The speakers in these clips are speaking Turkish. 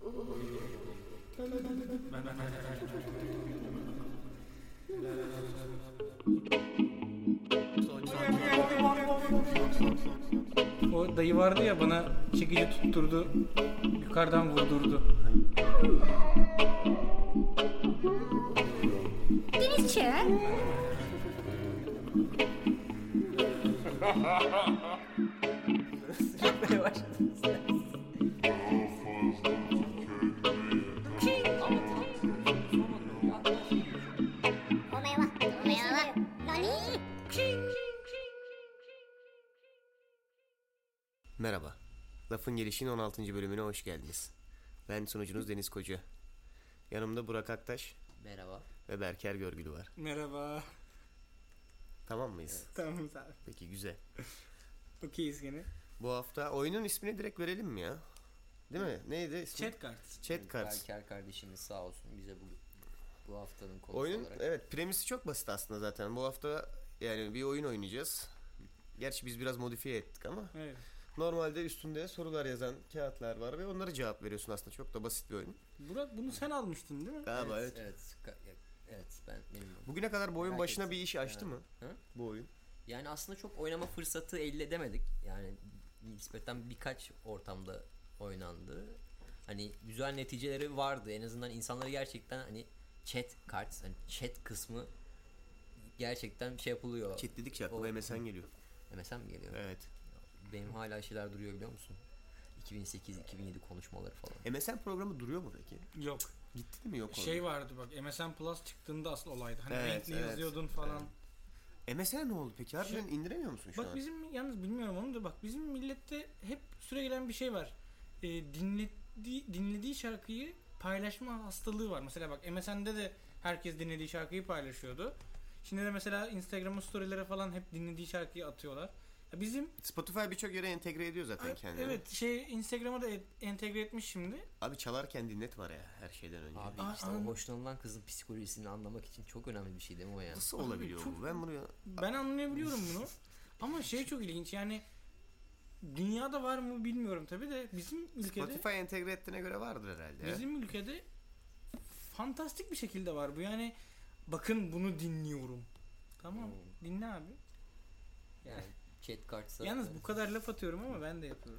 O dayı vardı ya, bana çekici tutturdu, yukarıdan vurdurdu. Denizci. Yapmaya başladınız. Merhaba. Lafın Gelişi'nin 16. bölümüne hoş geldiniz. Ben sunucunuz Deniz Koca. Yanımda Burak Aktaş. Merhaba. Ve Berker Görgülü var. Merhaba. Tamam mıyız? Evet. Tamamız abi. Peki, güzel. Okeyiz gene. Bu hafta oyunun ismini direkt verelim mi ya? Değil mi? Neydi ismi? Chat Cards. Chat Cards. Berker kardeşimiz sağ olsun bize bu haftanın konusu Oyunun olarak. evet, premisi çok basit aslında zaten. Bu hafta yani bir oyun oynayacağız. Gerçi biz biraz modifiye ettik ama. Evet. Normalde üstünde sorular yazan kağıtlar var ve onlara cevap veriyorsun aslında. Çok da basit bir oyun. Burak, bunu sen almıştın değil mi? Galiba evet. Evet, benim. Bugüne kadar bu oyun Merak başına ettim. bir iş açtı Yani. mı? Hı? Bu oyun. Yani aslında çok oynama fırsatı elde edemedik. Yani nispeten birkaç ortamda oynandı. Hani güzel neticeleri vardı. En azından insanları gerçekten hani chat cards, hani chat kısmı gerçekten şey yapılıyor. Chat dedikçe aklıma MSN geliyor. MSN mi geliyor? Evet. Benim hala şeyler duruyor biliyor musun? 2008-2007 konuşmaları falan. MSN programı duruyor mu peki? Yok. Gitti mi, yok orada? Şey vardı bak, MSN Plus çıktığında asıl olaydı. Hani Evet, renkli yazıyordun falan. Evet. MSN ne oldu peki? Harbiden indiremiyor musun şu bak an? bizim, yalnız bilmiyorum onu da, bak bizim millette hep süregelen bir şey var. Dinlediği şarkıyı paylaşma hastalığı var. Mesela bak, MSN'de de herkes dinlediği şarkıyı paylaşıyordu. Şimdi de mesela Instagram'ın storylere falan hep dinlediği şarkıyı atıyorlar. Ya bizim Spotify birçok yere entegre ediyor zaten kendini. Evet, Instagram'a da entegre etmiş şimdi. Abi çalarken dinlet var ya her şeyden önce. Abi işte o hoşlanılan kızın psikolojisini anlamak için çok önemli bir şey değil mi o yani? Nasıl olabiliyor çok, bu? Ben anlayabiliyorum bunu. Ama çok ilginç yani, dünyada var mı bilmiyorum tabii de bizim ülkede, Spotify entegre ettiğine göre vardır herhalde. bizim ülkede fantastik bir şekilde var bu yani. Bakın bunu dinliyorum. Tamam, dinle abi. Yani chat cards'a... Yalnız bu kadar laf atıyorum ama ben de yapıyorum.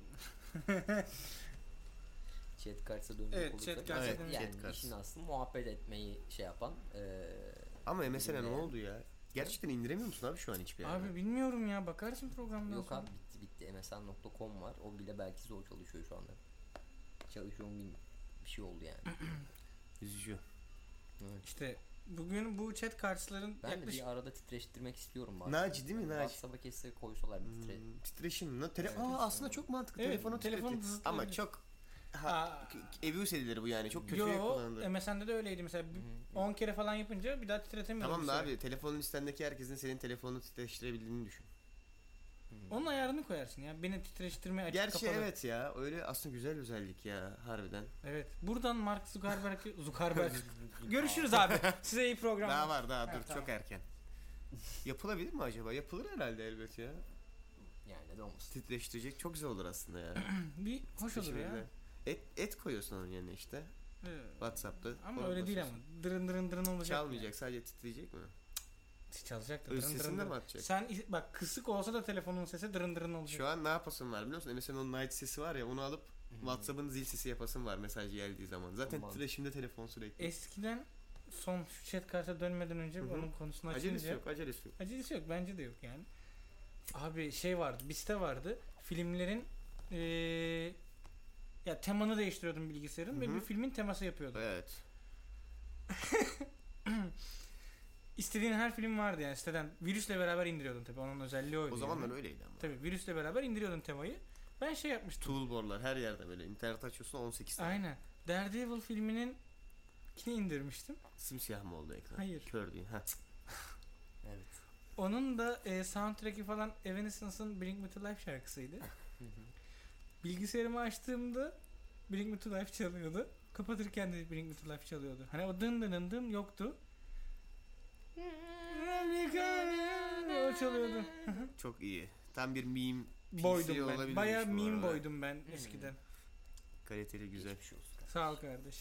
Chat cards'a dönecek Evet, olursak. chat cards'a yani dönecek. Chat cards. işin aslında muhabbet etmeyi şey yapan... Ama mesela ne oldu ya? Gerçekten indiremiyor musun abi şu an hiçbir yerden? Abi bilmiyorum ya, bakarsın programdan Yok sonra. abi bitti. MSN.com var. O bile belki zor çalışıyor şu anda. Çalışıyor mu bilmiyorum. Bir şey oldu yani. Üzücü. Evet. İşte bugün bu chat cards'ların Ben yaklaşık... de bir arada titreştirmek istiyorum bari. Naci değil mi? Naci. WhatsApp'a kesse koysalar bir Titreşim. Evet, aslında çok mantıklı. Evet, Telefonu telefonu titretiyor. Ama hızlı- çok abuse edilir bu yani. Çok kötüye Yo, kullanılır. MSN'de de öyleydi mesela. 10 kere falan yapınca bir daha titretemiyorum. Tamam da abi, telefonun listendeki herkesin senin telefonunu titreştirebildiğini düşün. Onun ayarını koyarsın ya. Beni titreştirme açık Gerçi kapalı. evet ya, öyle aslında güzel özellik ya harbiden. Evet. Buradan Mark Zuckerberg görüşürüz abi. Size iyi programlar. Daha var daha, dur Evet, çok tamam. erken. Yapılabilir mi acaba? Yapılır herhalde elbet ya. Yani neden olmasın. Titreştirecek çok güzel olur aslında ya. Bir hoş olur ya. Et koyuyorsun onun yerine işte. Evet. WhatsApp'ta. Ama Ona öyle değil ama. basıyorsun. Dırın dırın dırın olacak. Çalmayacak, sadece titreyecek mi? Çalacak da Öz dırın sesini dırın de dırın. mi atacak? Sen bak, kısık olsa da telefonun sesi dırın dırın olacak. Şu an ne yapasın var biliyor musun? Mesela onun night sesi var ya, onu alıp WhatsApp'ın zil sesi yapasın var mesaj geldiği zaman. Zaten Aman. titreşimde telefon sürekli. Eskiden son şu chat kart'a dönmeden önce onun konusunu açınca. Acelesi yok. Acelesi yok, bence de yok yani. Abi şey vardı, bir site vardı. Filmlerin ya temanı değiştiriyordum bilgisayarın ve bir filmin teması yapıyordum. Evet. İstediğin her film vardı yani siteden. Virüsle beraber indiriyordun tabii. Onun özelliği oydu. O zamanlar yani. öyleydi ama. Tabii virüsle beraber indiriyordun temayı. Ben şey yapmıştım. Toolbar'lar her yerde böyle. İnternet açıyorsun 18 tane. Aynen. Daredevil filminin indirmiştim. Simsiyah mı oldu ekran? Hayır. Kör değil. Evet. Onun da soundtrack'i falan Evanescence'ın Bring Me To Life şarkısıydı. Bilgisayarımı açtığımda Bring Me To Life çalıyordu. Kapatırken de Bring Me To Life çalıyordu. Hani o dın dın dın yoktu. O çalıyordu. Çok iyi. Tam bir meme Boydum ben. olabilirmiş Bayağı bu meme arada. boydum ben eskiden. Kaliteli, güzel. Geçmiş olsun Sağ ol kardeş.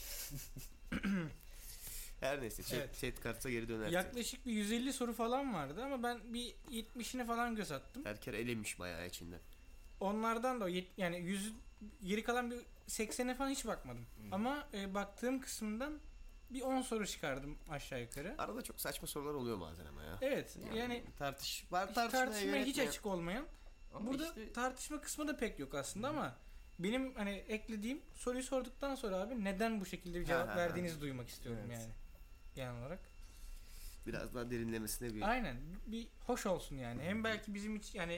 Her neyse Evet. chat kartsa geri dönersin. Yaklaşık bir 150 soru falan vardı ama ben bir 70'ine falan göz attım. Erker elemiş bayağı içinden. Onlardan da yani 100 geri kalan bir 80'e falan hiç bakmadım. Ama baktığım kısımdan bir 10 soru çıkardım aşağı yukarı. Arada çok saçma sorular oluyor bazen ama ya. Evet yani tartışmaya hiç açık olmayan. Ama Burada işte tartışma kısmı da pek yok aslında ama benim hani eklediğim soruyu sorduktan sonra abi neden bu şekilde bir cevap verdiğinizi duymak istiyorum Evet. yani. Genel olarak. Biraz daha derinlemesine bir... Aynen. Bir hoş olsun yani. Hem belki bizim için yani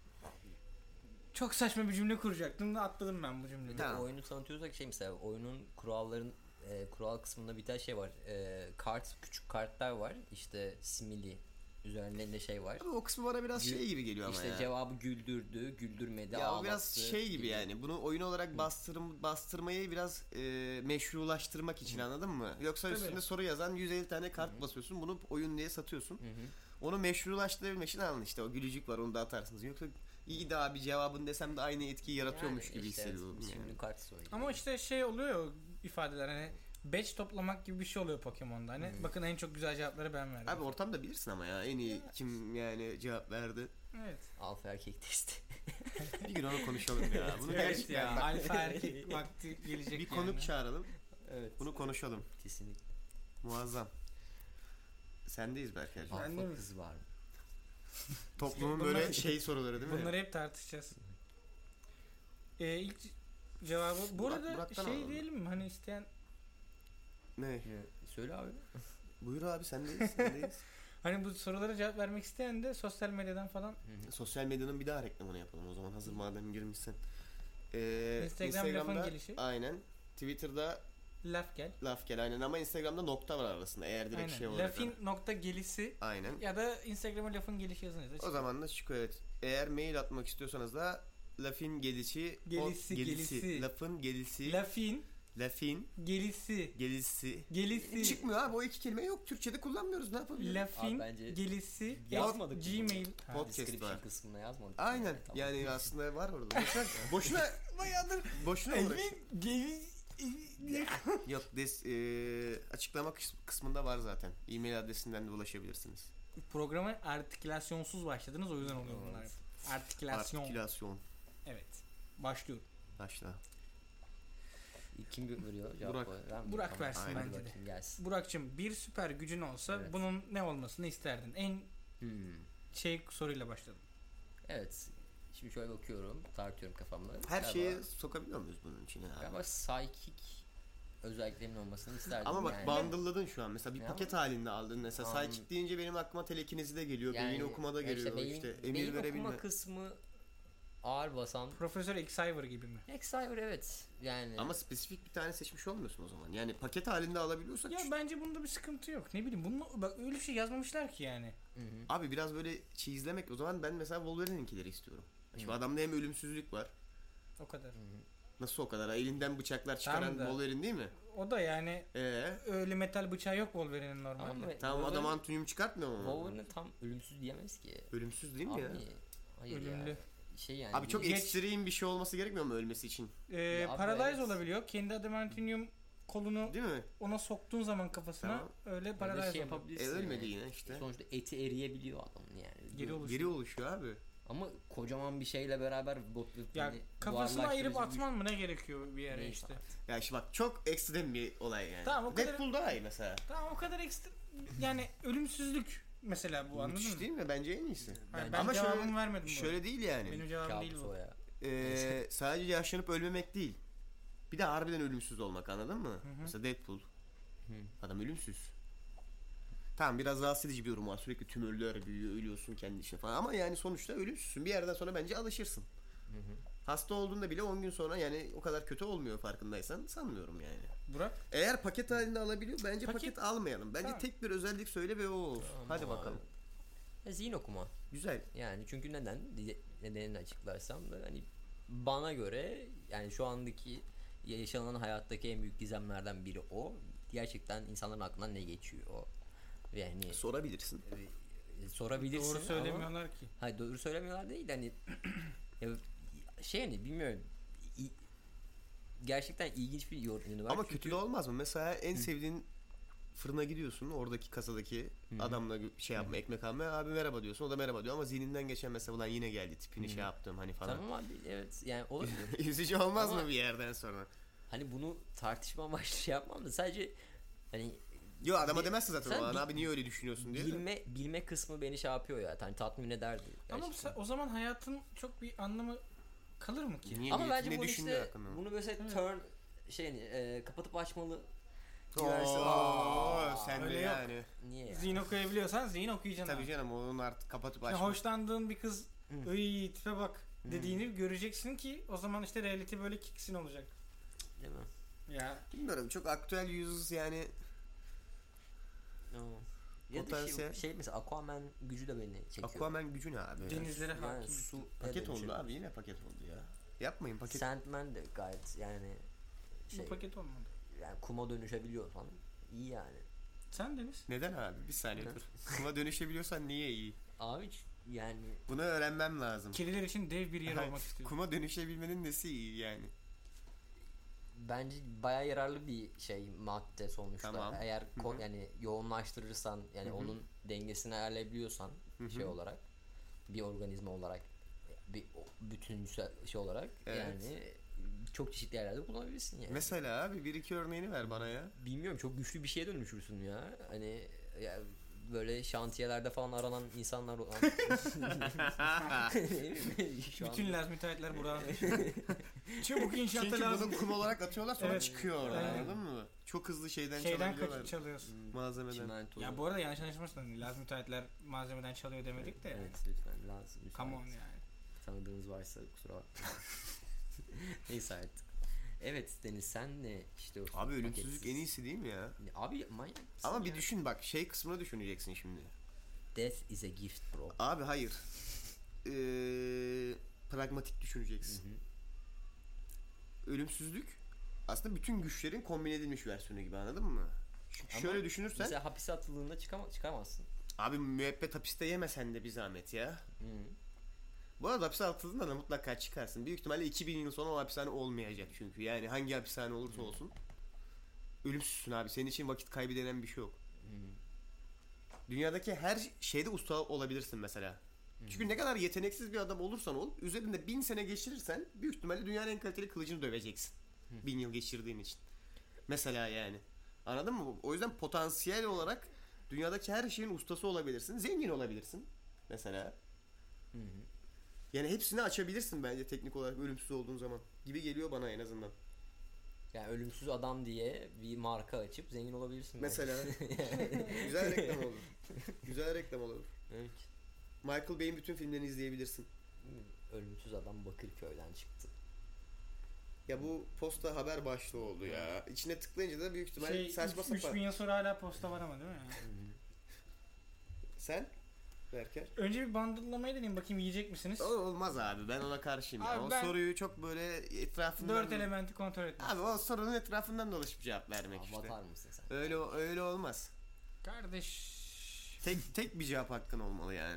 çok saçma bir cümle kuracaktım da atladım ben bu cümleyi. bir de Tamam. oyunu tanıtıyorsak mesela oyunun kural kısmında bir tane şey var. Küçük kartlar var. İşte simili üzerinde şey var. Abi o kısmı bana biraz şey gibi geliyor ama İşte ya. cevabı güldürdü, güldürmedi, Ya o ağlattı. biraz şey gibi yani. Bunu oyun olarak bastırmayı biraz meşrulaştırmak için, anladın mı? Yoksa Tabii. üstünde soru yazan 150 tane kart basıyorsun. Bunu oyun diye satıyorsun. Hı hı. Onu meşrulaştırabilmek için alın işte, o gülücük var, onu da atarsınız. Yoksa iyi de abi cevabın desem de aynı etkiyi yaratıyormuş Yani gibi işte hissediyorum evet, yani. Şimdi kart soruyor. Ama işte şey oluyor ifadeler hani badge toplamak gibi bir şey oluyor Pokemon'da. Hani bakın en çok güzel cevapları ben verdim. Abi ortamda bilirsin ama ya en iyi kim yani cevap verdi. Evet. Alfa erkek testi. Bir gün onu konuşalım ya. Bunu Evet gerçekten ya. bak, Alfa erkek vakti gelecek bir konuk yani. çağıralım. Evet. Bunu konuşalım. Kesinlikle. Muazzam. Sendeyiz Berker'cim. Ben de Alfa mi? kız var mı? Toplumun Bunlar- böyle şey soruları değil mi? Bunları hep tartışacağız. İlk cevabı bu arada Burak'tan şey alalım. diyelim mi? Hani isteyen Ne? Söyle abi. Buyur abi, sendeyiz. Sendeyiz. hani bu sorulara cevap vermek isteyen de sosyal medyadan falan Sosyal medyanın bir daha reklamını yapalım o zaman, hazır madem girmişsin. Instagram lafın gelişi. Aynen. Twitter'da laf gel. laf gel aynen, ama Instagram'da nokta var arasında eğer direkt Aynen. şey olarak. Lafin nokta gelisi Aynen. ya da Instagram'a lafın gelişi yazınız. O zaman da çıkıyor, evet. Eğer mail atmak istiyorsanız da lafin gelişi Gelisi. lafın gelisi Lafin lafin gelisi. gelisi Gelisi. çıkmıyor abi, o iki kelime yok Türkçe'de, kullanmıyoruz, ne yapabiliriz? Lafin Abi bence gelisi. yazmadık mı Gmail. bunu? Ha. Podcast Description var. kısmına yazmadık. Aynen Tamam. yani aslında var orada. Boşuna Bayağıdır. boşuna uğraş. Gelisi. Yok açıklama kısmında var zaten. E-mail adresinden de ulaşabilirsiniz. Programa artikülasyonsuz başladınız, o yüzden oluyor bunlar. Artikülasyon. Artikülasyon. Evet. Başlıyorum. Başla. Kim veriyor cevabı? Burak. Ben mi? Burak Tamam. versin Aynen. bence de. Bakayım, gelsin. Burak'cığım bir süper gücün olsa Evet. bunun ne olmasını isterdin? En Hmm. soruyla başladım. Evet. Şimdi şöyle bakıyorum. Tartıyorum kafamda. Her Galiba- şeyi sokabiliyor muyuz bunun içine abi? Galiba psychic özelliklerinin olmasını isterdim. Ama bak yani. bundle'ladın şu an. Mesela bir Ya paket halinde aldın. Mesela Tamam. psychic deyince benim aklıma telekinezi de geliyor. Beyin okuma da geliyor. İşte emir beyin verebilme. okuma kısmı ağır basan. Profesör Xavier gibi mi? X-Cyber evet. Yani Ama spesifik bir tane seçmiş olmuyorsun o zaman. Yani paket halinde alabiliyorsak. Ya bence bunda bir sıkıntı yok. Ne bileyim bunu bak öyle bir şey yazmamışlar ki yani. Hı hı. Abi biraz böyle çizlemek. O zaman ben mesela Wolverine'inkileri istiyorum. Şimdi Hı. adamda hem ölümsüzlük var. O kadar. Nasıl o kadar? Ha, elinden bıçaklar çıkaran Tamam da- Wolverine değil mi? O da yani Ee, öyle metal bıçağı yok Wolverine'in normalde. Ama tamam, adam Wolverine- antonyum çıkartmıyor mu? Wolverine'in tam ölümsüz diyemeyiz ki. Ölümsüz değil mi Abi, ya? hayır Ölümlü. ya. Şey yani. Abi çok Geç- ekstrem bir şey olması gerekmiyor mu ölmesi için? Ya abi, Paralyze evet. olabiliyor. Kendi adamantium kolunu Değil mi? ona soktuğun zaman kafasına Tamam. öyle Böyle paralyze şey oluyor. yapabilirsin. Ölmedi yani. yine işte. Sonuçta eti eriyebiliyor adamın yani. Geri oluşuyor. Geri oluşuyor abi. Ama kocaman bir şeyle beraber Ya hani kafasını ayırıp buharlaştırıcı atman mı ne gerekiyor bir yere Neyse işte. artık. Ya işte bak, çok ekstrem bir olay yani. Tamam, o kadar- Deadpool daha iyi mesela. Tamam o kadar ekstra yani ölümsüzlük mesela bu, anladın Müthiş mı? değil mi? Bence en iyisi. Hayır, Bence- ben Ama cevabımı şöyle- vermedim bu. Şöyle değil yani. Benim cevabım değil Kabus bu. o ya. Sadece yaşlanıp ölmemek değil. Bir de harbiden ölümsüz olmak, anladın mı? Mesela Deadpool. Adam ölümsüz. Tamam, biraz rahatsız edici bir durum var. Sürekli tümörler büyüyor, ölüyorsun kendi işine falan. Ama yani sonuçta ölümsüzsün. Bir yerden sonra bence alışırsın. Hasta olduğunda bile 10 gün sonra yani o kadar kötü olmuyor, farkındaysan. Sanmıyorum yani. Burak Eğer paket halinde alabiliyor, bence Paket- paket almayalım. Bence Tamam. tek bir özellik söyle ve o olsun. Tamam Hadi abi. bakalım. Zihin okuma. Güzel. Yani çünkü nedenini açıklarsam da hani bana göre yani şu andaki yaşanan hayattaki en büyük gizemlerden biri o. Gerçekten insanların aklından ne geçiyor o. Yani Sorabilirsin. sorabilirsin doğru ama söylemiyorlar ki. hayır doğru söylemiyorlar değil de hani ya şey hani bilmiyorum gerçekten ilginç bir yönü var. Ama Çünkü kötü de olmaz mı? Mesela en sevdiğin fırına gidiyorsun. Oradaki kasadaki adamla şey yapma, ekmek almaya. Abi merhaba diyorsun. O da merhaba diyor ama zihninden geçen mesela ulan yine geldi tipini şey yaptım hani falan. Tamam abi, evet yani olabilir. Üzücü olmaz Ama- mı bir yerden sonra? Hani bunu tartışma amaçlı şey yapmam da sadece hani Yo adama demezsin zaten sen o an bi- abi niye öyle düşünüyorsun diye. bilme kısmı beni şey yapıyor ya. Hani tatmin ederdi. Ama gerçekten. o zaman hayatın çok bir anlamı kalır mı ki? Niye Ama millet bence ne bunu düşündüğü işte hakkında. bunu böyle Evet. turn kapatıp açmalı. Oo, sen de öyle yok. yani. Niye ya? Zihin okuyabiliyorsan zihin okuyacaksın. Tabii abi. canım onun artık kapatıp Yani açma. hoşlandığın bir kız ıy tipe bak dediğini göreceksin ki o zaman işte reality böyle kicksin olacak. Değil mi? Ya Bilmiyorum çok aktüel yüz yani Tamam. Ya da Potansiyel. şey mesela Aquaman gücü de beni çekiyor. Aquaman gücü ne abi? ya? denizlere Yani hakim. su Paket oldu dönüşebilir. abi yine paket oldu ya. Yapmayın paket. Sandman de gayet yani Bu paket olmadı. yani kuma dönüşebiliyor falan. İyi yani. Sen Deniz. Neden abi? Bir saniye Ne? dur. Kuma dönüşebiliyorsan niye iyi? Abi yani Bunu öğrenmem lazım. Kediler için dev bir yer Hayır, olmak istiyorum. Kuma dönüşebilmenin nesi iyi yani? bence bayağı yararlı bir şey madde sonuçta. Tamam. Eğer Hı hı. yani yoğunlaştırırsan yani Hı hı. onun dengesini ayarlayabiliyorsan Hı hı. şey olarak bir organizma olarak bir bütünsel şey olarak Evet. yani çok çeşitli yerlerde kullanabilirsin yani. Mesela abi bir iki örneğini ver bana ya. Bilmiyorum çok güçlü bir şeye dönüşürsün ya. Hani ya böyle şantiyelerde falan aranan insanlar olan. Şu an- Bütün Laz müteahhitler buradan. Çabuk inşaatta Çünkü lazım. bunu kum olarak atıyorlar sonra Evet. çıkıyor oradan Evet. anladın mı? Çok hızlı şeyden Şeyden çalabiliyorlar. kaçıp çalıyorsun. Malzemeden. Çimento. Ya bu arada yanlış anlaşılmasın. Laz müteahhitler malzemeden çalıyor demedik de. Evet lütfen lazım. Come on yani. Tanıdığınız varsa kusura bakmayın. Neyse artık. Evet Deniz sen ne işte o Abi ölümsüzlük paketsiz- en iyisi değil mi ya? Abi manyak mısın Ama bir ya? düşün bak şey kısmını düşüneceksin şimdi. Death is a gift bro. Abi hayır. Pragmatik düşüneceksin. Ölümsüzlük aslında bütün güçlerin kombine edilmiş versiyonu gibi anladın mı? Çünkü Ama şöyle düşünürsen Mesela hapise atıldığında çıkamazsın. abi müebbet hapiste yemesen de bir zahmet ya. Hı. Bu arada hapise atıldığında da mutlaka çıkarsın. Büyük ihtimalle 2000 yıl sonra o hapishane olmayacak çünkü. Yani hangi hapishane olursa olsun. Ölümsüzsün abi. Senin için vakit kaybı denen bir şey yok. Dünyadaki her şeyde usta olabilirsin mesela. Çünkü ne kadar yeteneksiz bir adam olursan ol, üzerinde 1000 sene geçirirsen büyük ihtimalle dünyanın en kaliteli kılıcını döveceksin. 1000 yıl geçirdiğin için. Mesela yani. Anladın mı? O yüzden potansiyel olarak dünyadaki her şeyin ustası olabilirsin. Zengin olabilirsin. Mesela. Hı hı. Yani hepsini açabilirsin bence teknik olarak ölümsüz olduğun zaman. Gibi geliyor bana en azından. Yani ölümsüz adam diye bir marka açıp zengin olabilirsin. belki. Mesela. Güzel reklam olur. Güzel reklam olur. Evet. Michael Bay'in bütün filmlerini izleyebilirsin. Ölümsüz adam Bakırköy'den çıktı. Ya bu posta haber başlığı oldu ya. İçine tıklayınca da büyük ihtimal Şey, saçma 3000 sapan. yıl sonra hala posta var ama değil mi? Sen? Berker? Önce bir bandırlamayı deneyim bakayım yiyecek misiniz? O olmaz abi ben ona karşıyım. ya. Abi O ben- soruyu çok böyle etrafından... 4 elementi kontrol etmek. Abi o sorunun etrafından dolaşıp cevap vermek işte. Avatar mısın sen? Öyle olmaz. Kardeş. Tek bir cevap hakkın olmalı yani.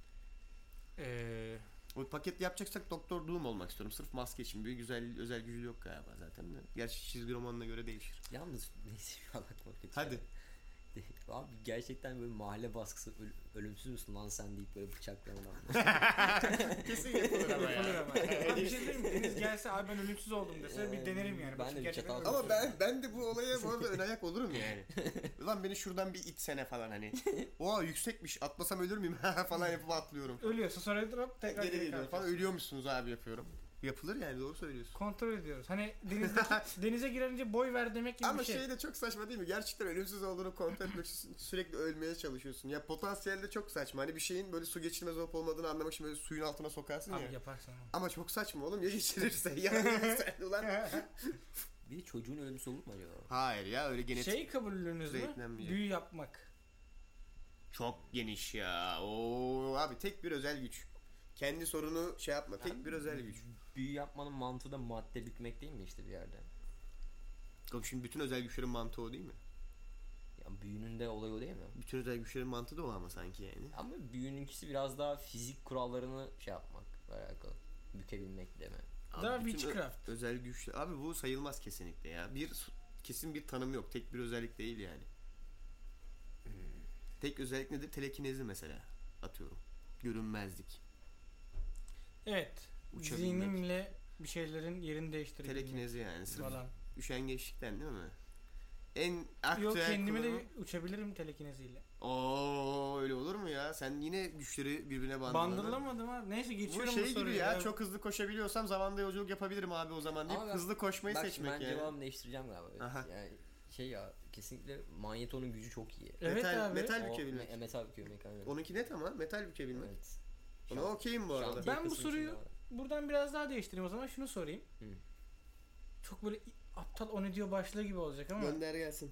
O paket yapacaksak Doktor Doom olmak istiyorum. Sırf maske için. Bir güzel özel gücü yok galiba zaten de. Gerçi çizgi romanına göre değişir. Yalnız neyse şu an aklıma kötü Hadi. Abi gerçekten böyle mahalle baskısı ölümsüz müsün lan sen deyip böyle bıçaklayan adam. Kesin yapılır ama Yapılır ya. ama. Abi bir şey diyeyim mi? Deniz gelse abi ben ölümsüz oldum dese bir denerim yani. Ben Bakayım de bir gerçekten çatal- ölümsüz Ama müyüm? ben de bu olaya bu arada ön ayak olurum yani. Ulan beni şuradan bir itsene falan hani. Oha yüksekmiş atlasam ölür müyüm falan yapıp atlıyorum. Ölüyorsa sonra drop tekrar Geri geri geliyorum falan kalkıyorsun. ölüyormuşsunuz abi yapıyorum. Yapılır yani doğru söylüyorsun. Kontrol ediyoruz. Hani denize girince boy ver demek gibi Ama bir şey. şey de çok saçma değil mi? Gerçekten ölümsüz olduğunu kontrol etmek için sürekli ölmeye çalışıyorsun. Ya potansiyelde çok saçma. Hani bir şeyin böyle su geçirmez olup olmadığını anlamak için böyle suyun altına sokarsın Abi ya. yaparsın ama. Ama çok saçma oğlum ya geçirirse ya sen ulan. Bir de çocuğun ölümsüz olur mu acaba? Hayır ya öyle genetik Şey kabulünüz mü? Zevklenmeyecek. Büyü yapmak. çok geniş ya. Oo abi tek bir özel güç. Kendi sorunu şey yapma. Tek bir özel güç. Büyü yapmanın mantığı da madde bükmek değil mi işte bir yerde? Yok şimdi bütün özel güçlerin mantığı o değil mi? Ya büyünün de olayı o değil mi? Bütün özel güçlerin mantığı da o ama sanki yani. Ama büyününkisi biraz daha fizik kurallarını şey yapmak alakalı. Bükebilmek deme. Daha bütün witchcraft. özel güçler. Abi bu sayılmaz kesinlikle ya. Kesin bir tanım yok. Tek bir özellik değil yani. Tek özellik nedir? Telekinezi mesela. Atıyorum. Görünmezlik. Evet. Uçabilmek. Zihnimle bir şeylerin yerini değiştirebilmek Telekinezi yani. Sırf falan. üşengeçlikten değil mi? En Yok, aktüel kendimi de kullanımı- uçabilirim telekineziyle. Oo öyle olur mu ya? Sen yine güçleri birbirine bandırladın. Bandırlamadım abi. Neyse Bu geçiyorum şey bu soruyu. gibi ya, çok hızlı koşabiliyorsam zamanda yolculuk yapabilirim abi o zaman deyip Ama hızlı koşmayı Bak seçmek ben yani. cevabımı değiştireceğim galiba. Aha. Yani şey ya, kesinlikle manyetonun gücü çok iyi. Evet metal, abi. metal O bükebilmek. metal bükebilmek aynen. Onunki net ama metal bükebilmek. Evet. Ona okeyim bu arada. Şantiye Ben bu kısmı soruyu- için de var. Buradan biraz daha değiştireyim o zaman. Şunu sorayım. Hı. Çok böyle aptal o ne diyor başlığı gibi olacak ama. Gönder gelsin.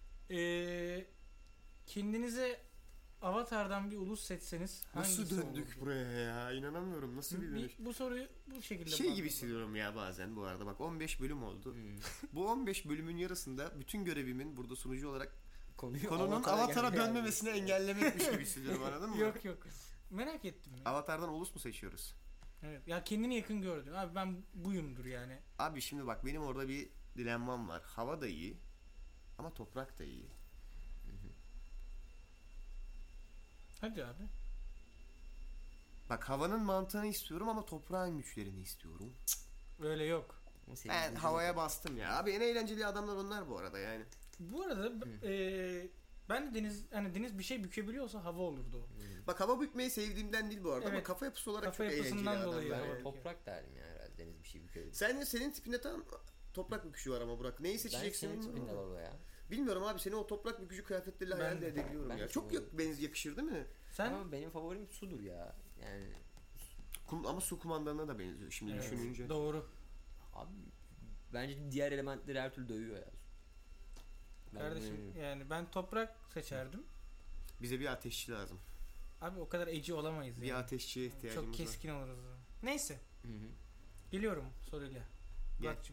Kendinize Avatar'dan bir ulus seçseniz Nasıl hangisi döndük olurdu? buraya ya? İnanamıyorum. Nasıl bir dönüş? Bu soruyu bu şekilde Şey gibi bağladım. hissediyorum ya bazen bu arada. Bak 15 bölüm oldu. Hmm. Bu 15 bölümün yarısında bütün görevimin burada sunucu olarak Konunun konunun Avatar'a dönmemesini engellemekmiş gibi hissediyorum, anladın mı? Yok yok. Merak ettim ya. Avatar'dan ulus mu seçiyoruz? Evet. Ya kendini yakın gördün. Abi ben buyumdur yani. Abi şimdi bak benim orada bir dilemmam var. Hava da iyi ama toprak da iyi. Hadi abi. Bak havanın mantığını istiyorum ama toprağın güçlerini istiyorum. Öyle yok. Ben havaya bastım ya. Abi en eğlenceli adamlar onlar bu arada yani. Bu arada ben de Deniz bir şey bükebiliyorsa hava olurdu o. Bak hava bükmeyi sevdiğimden değil bu arada ama Evet. kafa yapısı olarak Kafa çok eğlenceli yapısından adamlar. dolayı Ben hava yani. büküyor. toprak derdim ya herhalde, deniz bir şey bükebilir. Senin tipinde tam toprak bükücü var ama Burak. Neyi Ben seçeceksin senin bilmiyorum. tipinde ama. var o ya. Bilmiyorum abi, seni o toprak bükücü kıyafetleriyle Ben hayal de. de edebiliyorum Ben ya. de Çok seviyorum. yakışır değil mi? Sen Ama benim favorim sudur ya. Yani Ama su kumandanına da benziyor şimdi Evet, düşününce. doğru. abi bence diğer elementleri her türlü dövüyor ya. Ben Kardeşim yani ben toprak seçerdim. Bize bir ateşçi lazım. Abi o kadar eci olamayız Bir yani. ateşçiye ihtiyacımız Çok var. keskin oluruz. Neyse. Hı hı. Geliyorum soruyla. Gel. Burak'cığım.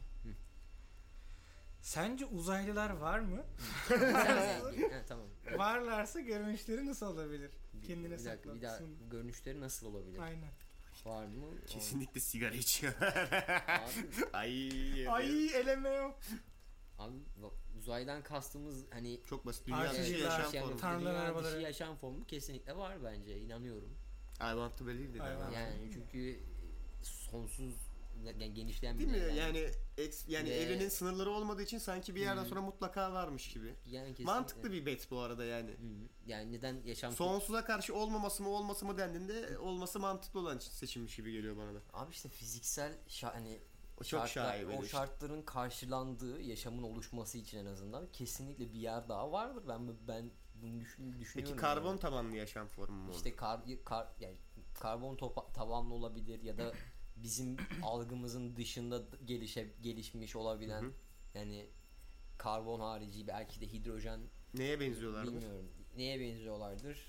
Sence uzaylılar var mı? Ha, tamam. Varlarsa görünüşleri nasıl olabilir? Kendine bir dakika, sakla. bir daha Sun. görünüşleri nasıl olabilir? Aynen. Var mı? Kesinlikle sigara içiyor. Abi, Ay. Ay eleme. abi uzaydan kastımız hani Çok basit. Dünya Artı dışı bir yaşam yaşam formu. Tanrılar dünya arabaları. dışı yaşam formu kesinlikle var bence, inanıyorum. I want to believe dedi. I adam. want- Yani çünkü sonsuz yani genişleyen Değil bir mi? evren. Yani Ve- evrenin sınırları olmadığı için sanki bir yerden sonra mutlaka varmış gibi. Yani kesinlikle. Mantıklı bir bet bu arada yani. Hı. Yani neden yaşam Sonsuza karşı olmaması mı olması mı dendiğinde olması mantıklı olan seçilmiş gibi geliyor bana da. Abi işte fiziksel hani O çok şaibeli o işte. şartların karşılandığı yaşamın oluşması için en azından kesinlikle bir yer daha vardır. Ben bunu düşünüyorum. Peki karbon yani. tabanlı yaşam formu mu olur? İşte yani karbon tabanlı olabilir ya da bizim algımızın dışında gelişmiş olabilen Hı hı. yani karbon harici belki de hidrojen, Neye benziyorlardır? bilmiyorum. Neye benziyorlardır?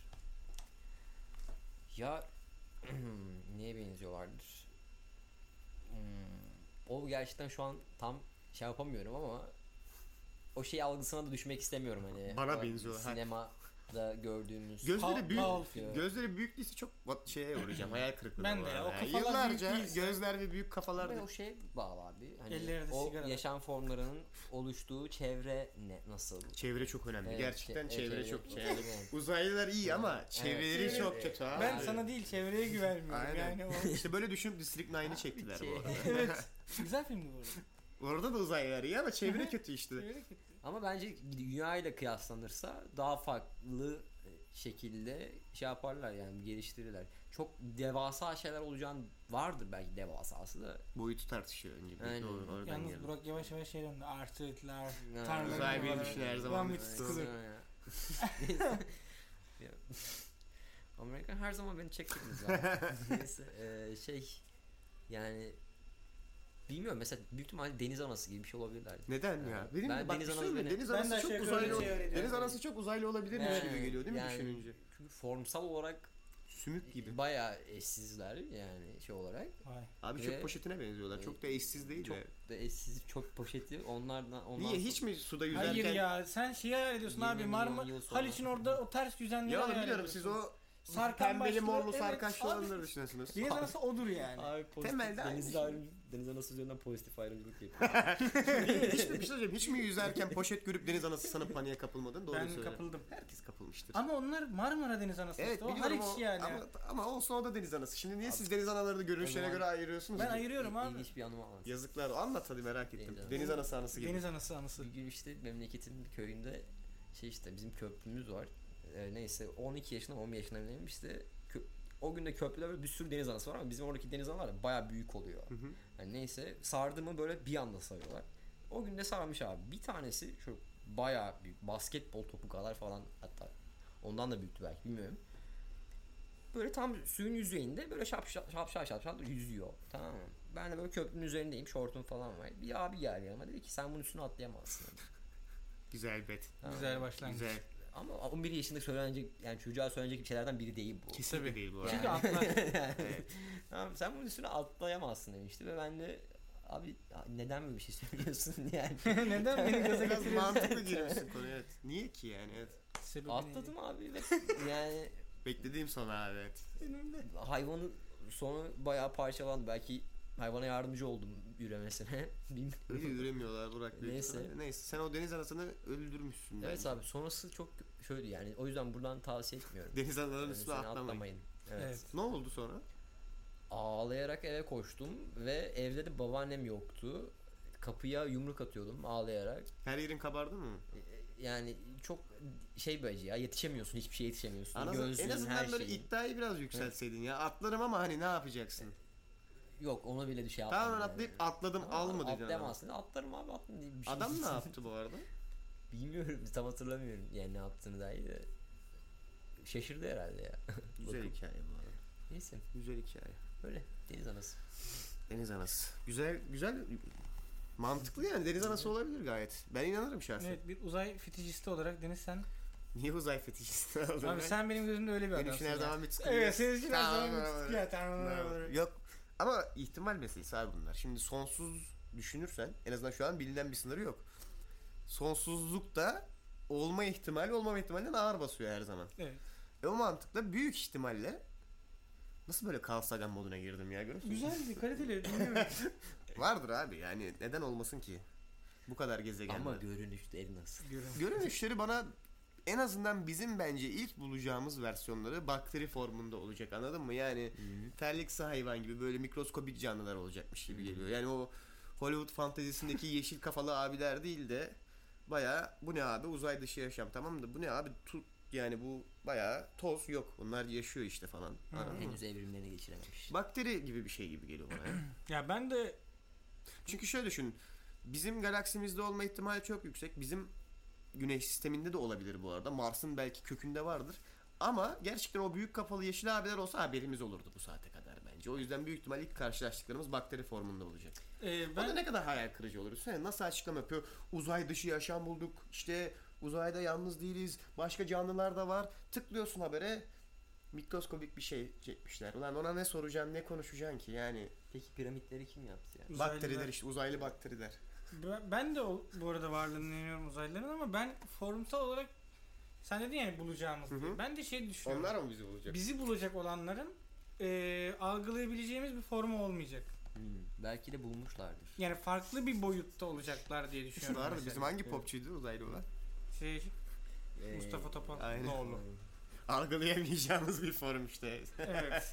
Ya neye benziyorlardır? O gerçekten şu an tam şey yapamıyorum ama o şey algısına da düşmek istemiyorum hani. Bana O benziyor, ha. Sinemada gördüğümüz. Gözleri büyük. Paul film. Gözleri büyük değilse çok şeye uğrayacağım. Hayal kırıklığına. Ben de bu ya, arada. o kafalar Yıllarca büyük değilse- gözler ve büyük kafalar. Ve o şey bağlı abi. Hani Ellerinde o sigara. yaşam formlarının oluştuğu çevre nasıl? Çevre çok önemli. Evet, Gerçekten çevre çok çevre- yani. evet. Uzaylılar iyi ama çevreleri Evet. çok Evet. kötü abi. Ben sana değil çevreye güvenmiyorum. Aynen. Yani o İşte böyle düşünüp District 9'ı çektiler bu arada. evet. Güzel filmdi bu arada. Orada da uzaylılar iyi ama çevre kötü işte. Çevre kötü. Ama bence dünya ile kıyaslanırsa daha farklı şekilde şey yaparlar yani, geliştirirler. Çok devasa şeyler olacağını vardır belki, devasası da. Boyutu tartışıyor önce. Aynen. Doğru, oradan Yalnız geldi. Burak yavaş yavaş şey döndü. Artistler, Ha, tanrılar. uzay arabaları. bilmişsin her zaman One bir with sıkılır. sıkılır. Ya. Amerika her zaman beni çekmediniz zaten. Neyse şey yani bilmiyorum, mesela büyük ihtimalle deniz anası gibi bir şey olabilirler. Neden ya? Benim Ben de bak deniz bir şey anası söyleyeyim mi? beni- Deniz Ben de anası çok aşağı uzaylı. yukarı şey öğreniyorum. Deniz anası çok uzaylı olabilirmiş Yani- gibi geliyor değil mi yani- düşününce? Çünkü formsal olarak Sümük gibi. bayağı eşsizler yani şey olarak. Vay. Abi Ve- çöp poşetine benziyorlar. Çok da eşsiz değil Çok de. da eşsiz, çok poşeti onlardan Niye hiç mi suda yüzerken? Hayır ya sen şeyi hayal ediyorsun 20 abi milyon Marmara yıl sonra. Haliç'in orada o ters yüzenleri Ya oğlum hayal biliyorum ediyorsun. siz o sarkan Pembeli başlı. morlu Evet, sarkaçlı abi, olanları düşünüyorsunuz. Deniz anası odur yani. Abi Temelde aynı deniz anası üzerinden pozitif ayrımcılık yapıyor. hiç mi bir şey söyleyeceğim? Hiç mi yüzerken poşet görüp deniz anası sanıp paniğe kapılmadın? Doğru Ben söyle. kapıldım. Herkes kapılmıştır. Ama onlar Marmara Deniz Anası Evet işte. O biliyorum hariç o, yani. ama olsun o da deniz anası. Şimdi niye siz deniz analarını görünüşlerine O zaman- göre ayırıyorsunuz? Ben ki? ayırıyorum abi. İlginç bir anımı anlatayım. Yazıklar. Anlat hadi merak ettim. Deniz anası. Deniz anası anısı gibi. Deniz Anası anısı. Bir gün işte memleketin bir köyünde işte bizim köprümüz var. Neyse 12 yaşında 11 yaşında evlendim işte o gün de köprüde böyle bir sürü deniz anası var ama bizim oradaki deniz anaları da bayağı büyük oluyor. Yani neyse sardığımı böyle bir anda sarıyorlar. O gün de sarmış abi. Bir tanesi şu bayağı büyük basketbol topu kadar falan hatta ondan da büyüktü belki bilmiyorum. Böyle tam suyun yüzeyinde böyle şapşal yüzüyor. Tamam mı? Ben de böyle köprünün üzerindeyim. Şortum falan var. Bir abi geldi yanıma dedi ki sen bunun üstüne atlayamazsın. Dedi. Güzel bet. Tamam. Güzel başlangıç. Güzel. Ama 11 yaşında söylenecek yani çocuğa söylenecek bir şeylerden biri değil bu. Kesinlikle değil bu arada. Çünkü atlar. Evet. Tamam sen bunun üstüne atlayamazsın demişti ve ben de abi neden böyle bir şey söylüyorsun yani. Neden beni gaza Biraz getiriyorsun? mantıklı girmişsin konuya. Evet. Niye ki yani? Evet. Sebebi Atladım abi ve yani Beklediğim sonra abi, evet. Benim de. hayvanın sonu bayağı parçalandı. Belki hayvana yardımcı oldum üremesine. Bilmiyorum. Öyle yüremiyorlar Burak Bey. Neyse. Neyse sen o deniz anasını öldürmüşsün. Evet bence. abi sonrası çok şöyle yani o yüzden buradan tavsiye etmiyorum. Deniz analarının Yani üstüne seni atlamayın. Evet. Evet. Ne oldu sonra? Ağlayarak eve koştum ve evde de babaannem yoktu. Kapıya yumruk atıyordum ağlayarak. Her yerin kabardı mı? Yani çok şey böyle ya yetişemiyorsun hiçbir şeye yetişemiyorsun. En Gözlüğün, azından her böyle şeyin. iddiayı biraz yükseltseydin ya. Atlarım ama hani ne yapacaksın? Yok ona bile bir şey yapmadım. Tamamen yani. atlayıp atladım Ama al mı dedin adam. atlayamazsın. Atlarım abi atlarım diye bir şey. Adam ne yaptı bu arada? Bilmiyorum tam hatırlamıyorum yani ne yaptığını dahi de. Şaşırdı herhalde ya. Güzel Bakın. hikaye bu arada. Neyse Güzel hikaye. öyle deniz anası. Deniz anası. Güzel güzel mantıklı yani deniz anası olabilir gayet. Ben inanırım şahsen. Evet, bir uzay fetişisti olarak Deniz sen. Niye uzay fetişisti oldun? Abi sen benim gözümde öyle bir benim adamsın. için her ya. zaman bir tutku. Evet senin için her Tamam, zaman bir tamam, tutku ya. Tamam. Yok ama ihtimal meselesi abi bunlar. Şimdi sonsuz düşünürsen en azından şu an bilinen bir sınırı yok. Sonsuzlukta olma ihtimali olmama ihtimalinden ağır basıyor her zaman. Evet. O mantıkla büyük ihtimalle nasıl böyle Carl Sagan moduna girdim ya görüyor musun? Güzeldi, kaliteli. Dinliyorum. Vardır abi yani neden olmasın ki? Bu kadar gezegen Ama var. görünüşleri nasıl? Görün. Görünüşleri bana en azından bizim bence ilk bulacağımız versiyonları bakteri formunda olacak anladın mı? Yani terliksi hayvan gibi böyle mikroskobik canlılar olacakmış gibi geliyor. Yani o Hollywood fantezisindeki yeşil kafalı abiler değil de baya bu ne abi uzay dışı yaşam tamam da bu ne abi yani bu baya toz yok bunlar yaşıyor işte falan. Anladın mı? Henüz evrimlerini geçirememiş. Bakteri gibi bir şey gibi geliyor bana. Ya. Ya ben de Çünkü şöyle düşün. Bizim galaksimizde olma ihtimali çok yüksek. Bizim Güneş sisteminde de olabilir bu arada. Mars'ın belki kökünde vardır. Ama gerçekten o büyük kafalı yeşil abiler olsa haberimiz olurdu bu saate kadar bence. O yüzden büyük ihtimal ilk karşılaştıklarımız bakteri formunda olacak. O da ben ne kadar hayal kırıcı olur. Sen nasıl açıklama yapıyor? Uzay dışı yaşam bulduk. İşte uzayda yalnız değiliz. Başka canlılar da var. Tıklıyorsun habere. Mikroskobik bir şey çekmişler. Ulan ona ne soracaksın, ne konuşacaksın ki yani? Peki piramitleri kim yaptı ya? Uzaylılar. Bakteriler işte uzaylı bakteriler. ben de bu arada varlığını inanıyorum uzaylıların ama ben formsal olarak sen dedin yani bulacağımız Hı hı. diye. Ben de şey düşünüyorum. Onlar mı bizi bulacak? Bizi bulacak olanların algılayabileceğimiz bir formu olmayacak. Belki de bulmuşlardır. Yani farklı bir boyutta olacaklar diye düşünüyorum. Vardı mesela. bizim hangi popçuydu uzaylı olan? Şey, Mustafa Topal. Aynen. Doğru. Algılayamayacağımız bir form işte. Evet.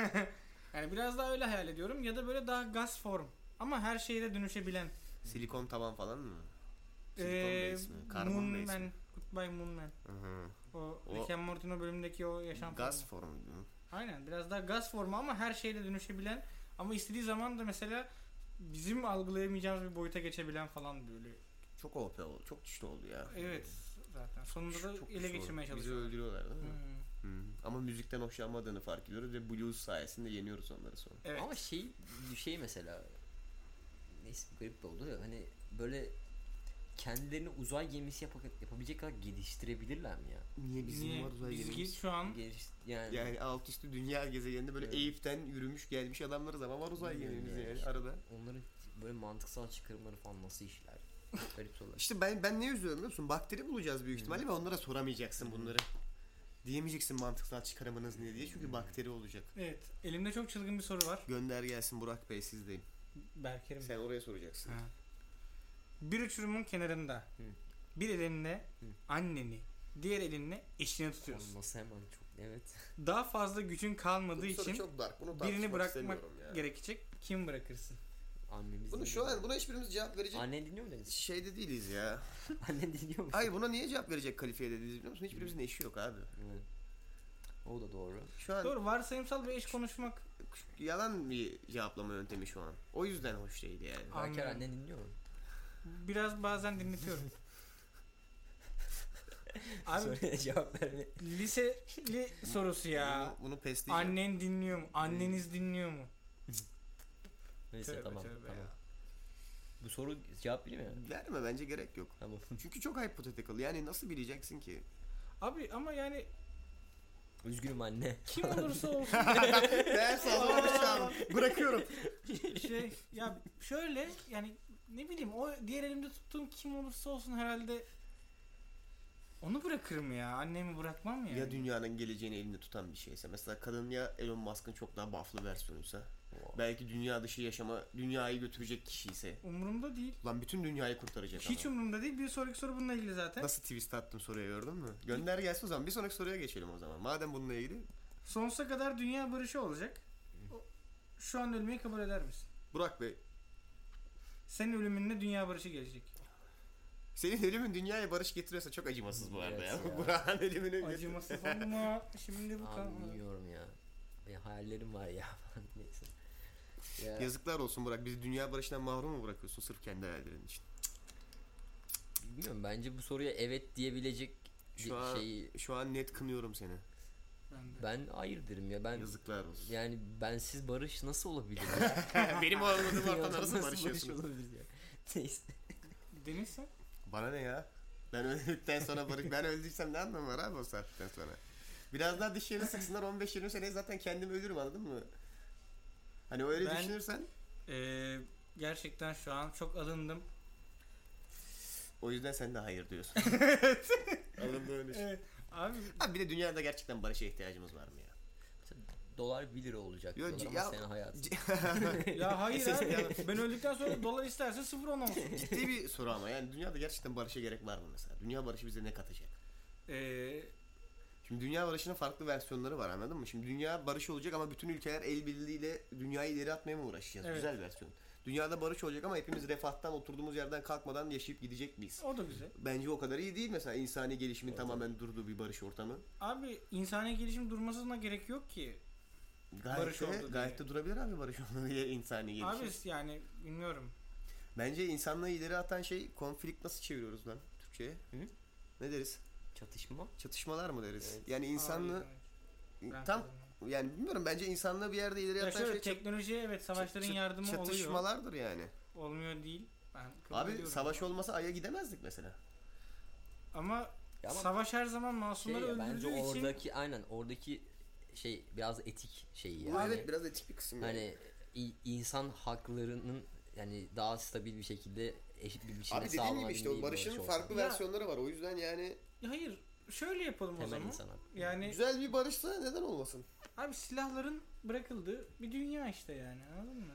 Yani biraz daha öyle hayal ediyorum ya da böyle daha gaz form ama her şeye dönüşebilen. Silikon taban falan mı? Silikon base mi? Karbon Moon base Man, mi? Goodbye Moon Man. Hı-hı. O O- Rick and Morty'nin bölümündeki o yaşam Gaz formu. formu. Aynen biraz daha gaz formu ama her şeyle dönüşebilen ama istediği zaman da mesela bizim algılayamayacağımız bir boyuta geçebilen falan böyle. Çok OP oldu. Çok güçlü oldu ya. Evet zaten sonunda da Çok ele güçlü geçirmeye oldu. Bizi çalışıyor. öldürüyorlar değil mi? Hmm. Hı. Ama müzikten hoşlanmadığını fark ediyoruz ve blues sayesinde yeniyoruz onları sonra. Evet. Ama şey mesela neyse garip de oldu ya hani böyle kendilerini uzay gemisi yapabilecek kadar geliştirebilirler mi ya? Niye bizim Niye? var uzay Biz gemimiz? git şu an Yani alt üstü dünya gezegeninde böyle Evet. Eyüp'ten yürümüş gelmiş adamlarız ama var uzay Bilmiyorum gemimiz yani. yani arada. onların böyle mantıksal çıkarımları falan nasıl işler? Garip sorular. İşte ben ne üzülüyorum biliyor musun? Bakteri bulacağız büyük ihtimalle ve onlara soramayacaksın bunları. Diyemeyeceksin mantıksal çıkaramanız ne diye çünkü bakteri olacak. Evet. Elimde çok çılgın bir soru var. Gönder gelsin Burak Bey, sizdeyim. Berker'im. Sen oraya soracaksın. Ha. Bir uçurumun kenarında bir elinle anneni, diğer elinle eşini tutuyorsun. Nasıl hemen çok evet. Daha fazla gücün kalmadığı Bu soru için çok dark. Bunu birini tartışmak bırakmak istemiyorum ya. gerekecek. Kim bırakırsın? Annemiz Bunu şu an buna hiçbirimiz cevap verecek Annen dinliyor mu Deniz? şeyde değiliz ya. Annen dinliyor mu? Hayır, buna niye cevap verecek kalifiyede değiliz biliyor musun? Hiçbirimizin eşi yok abi. Evet. O da doğru. Şu an Doğru, varsayımsal bir eş konuşmak. yalan bir cevaplama yöntemi şu an. O yüzden hoş değil yani. Berker Anlıyorum. annen dinliyor mu? Biraz bazen dinletiyorum. Abi Soruya cevap verme. liseli sorusu ya. Bunu pesleyeceğim. Annen dinliyor mu? Anneniz dinliyor mu? Neyse Tövbe tamam. tövbe tamam. ya. Bu soru cevap biliyor mu ya? Verme, bence gerek yok. Tamam. Çünkü çok hypothetical. Yani nasıl bileceksin ki? Abi ama yani Üzgünüm anne. kim olursa olsun Ben sağlamışım. Bırakıyorum. şey ya şöyle yani ne bileyim o diğer elimde tuttuğum kim olursa olsun herhalde onu bırakırım ya. Annemi bırakmam ya. Ya dünyanın geleceğini elinde tutan bir şeyse. Mesela kadın ya Elon Musk'ın çok daha buff'lı versiyonuysa. Belki dünya dışı yaşama, dünyayı götürecek kişiyse. Umurumda değil. Lan bütün dünyayı kurtaracak Hiç ama. umurumda değil. Bir sonraki soru bununla ilgili zaten. Nasıl twist attım soruya, gördün mü? Gönder gelsin o zaman. Bir sonraki soruya geçelim o zaman. Madem bununla ilgili. Sonsuza kadar dünya barışı olacak. Şu an ölmeyi kabul eder misin? Burak Bey, Senin ölümünle dünya barışı gelecek. senin ölümün dünyaya barış getiriyorsa çok acımasız bu arada Evet ya. ya. Burak'ın ölümünün Acımasız ama şimdi bu Abi kan. bilmiyorum ya. Benim hayallerim var ya. Neyse. Ya, Yazıklar olsun Burak. Bizi dünya barışından mahrum mu bırakıyorsun sırf kendi hayallerin için? bilmiyorum, bence bu soruya evet diyebilecek Şu an, şeyi şu an net kınıyorum seni. Ben de. ben hayır derim ya. Ben Yazıklar olsun. yani bensiz barış nasıl olabilir? Benim olmadığım Ya, ortamda nasıl barış barışıyorsunuz? olabilir ya? Neyse. Deniz sen? Bana ne ya? Ben öldükten sonra barış... Ben öldüysem ne anlamı var abi o saatten sonra? Biraz daha dişlerini sıksınlar, 15-20 sene zaten kendim ölürüm, anladın mı? Hani öyle Ben- düşünürsen Gerçekten şu an çok alındım. o yüzden sen de hayır diyorsun. Alındı öyle şey. Evet. Abi Abi bir de dünyada gerçekten barışa ihtiyacımız var mı ya? Dolar 1 lira olacak Yo, diyorlar ya- ama senin hayatın. ya hayır Ses- abi. Ben öldükten sonra dolar isterse 0.10 olsun. Ciddi bir soru ama yani dünyada gerçekten barışa gerek var mı mesela? Dünya barışı bize ne katacak? Ee, Şimdi dünya barışının farklı versiyonları var, anladın mı? Şimdi dünya barış olacak ama bütün ülkeler el birliğiyle dünyayı ileri atmaya mı uğraşacağız? Evet. Güzel versiyon. Dünyada barış olacak ama hepimiz refahtan, oturduğumuz yerden kalkmadan yaşayıp gidecek miyiz? o da güzel. Bence o kadar iyi değil mesela insani gelişimin tamamen durduğu bir barış ortamı. Abi insani gelişim durmasına gerek yok ki. Gayet Barış de, oldu diye. gayet de durabilir abi barış oldu diye insani gelişim. Abi yani bilmiyorum. Bence insanlığı ileri atan şey konflikt, nasıl çeviriyoruz lan Türkçe'ye? Hı? Ne deriz? Çatışma. Çatışmalar mı deriz? Evet. Yani insanlığı Hayır, hayır. tam Ben yani bilmiyorum, bence insanlığı bir yerde ileri ya atan şöyle şey teknolojiye evet savaşların yardımı oluyor. çatışmalardır yani. Olmuyor değil. Ben kabul Abi ediyorum. savaş olmasa Ay'a gidemezdik mesela. Ama, Ya ama savaş her zaman Şey masumları ya, bence öldürdüğü için oradaki aynen oradaki şey biraz etik şeyi Bu yani. evet biraz etik bir kısım. Yani. Hani insan haklarının yani daha stabil bir şekilde eşit bir biçimde Abi dediğim gibi sağlanabildiği işte o bir barışın barış farklı Ya- versiyonları var. O yüzden yani Ya hayır şöyle yapalım o Temel zaman. insan hakkı. Yani güzel bir barışsa neden olmasın? abi silahların bırakıldığı bir dünya işte yani, anladın mı?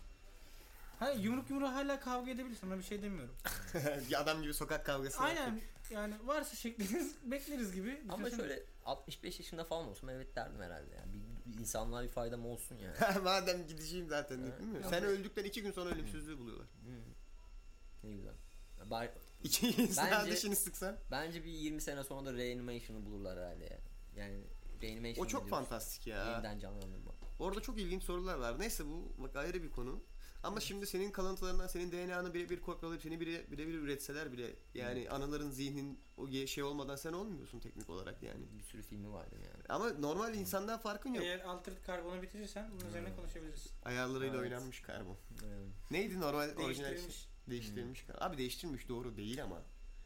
Hani yumruk yumruğa hala kavga edebilirsin, ona bir şey demiyorum. Bir adam gibi sokak kavgası. Aynen yani varsa şekliniz bekleriz gibi. Ama Düşünsene. şöyle 65 yaşında falan olsam evet derdim herhalde yani. Bir insanlığa bir faydam olsun yani. Madem gideceğim zaten Evet. değil mi? Ya Sen bu- öldükten 2 gün sonra ölümsüzlüğü buluyorlar. Ne güzel. Bari, 2 insan Bence- dişini sıksan. bence bir 20 sene sonra da Reanimation'ı bulurlar herhalde ya. Yani Reanimation O çok diyoruz. fantastik ya. Yeniden canlandırma. Orada çok ilginç sorular var. Neyse bu bak ayrı bir konu. Ama şimdi senin kalıntılarından senin DNA'nı birebir kopyalayıp seni birebir üretseler bile yani anıların, zihnin o şey olmadan sen olmuyorsun teknik olarak yani. Bir sürü filmi vardı yani. Ama normal insandan farkın yok. Eğer altered karbonu bitirirsen bunun üzerine konuşabiliriz. Ayarlarıyla Evet. oynanmış karbon. Evet. Neydi normal orijinal? Değiştirilmiş. Değiştirilmiş karbon. Abi değiştirilmiş doğru değil ama.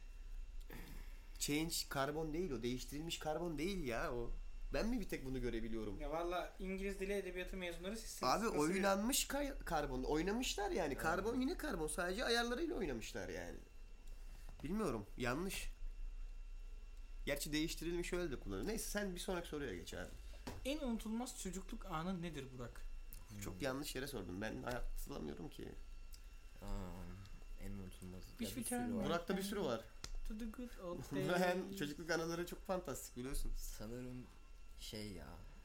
Change karbon değil o. Değiştirilmiş karbon değil ya o. Ben mi bir tek bunu görebiliyorum? Ya valla İngiliz dili edebiyatı mezunları sizsiniz. Abi Nasıl oynanmış karbon. Oynamışlar yani. Karbon yine karbon. Sadece ayarlarıyla oynamışlar yani. Bilmiyorum. Yanlış. Gerçi değiştirilmiş öyle de kullanıyor. Neyse sen bir sonraki soruya geç abi. En unutulmaz çocukluk anı nedir Burak? Çok yanlış yere sordum. Ben hatırlamıyorum ki. En unutulmaz. Bir Ya bir tane sürü var. var. Burak'ta bir sürü var. To the good old Ben days. çocukluk anıları çok fantastik biliyorsun. Sanırım ya.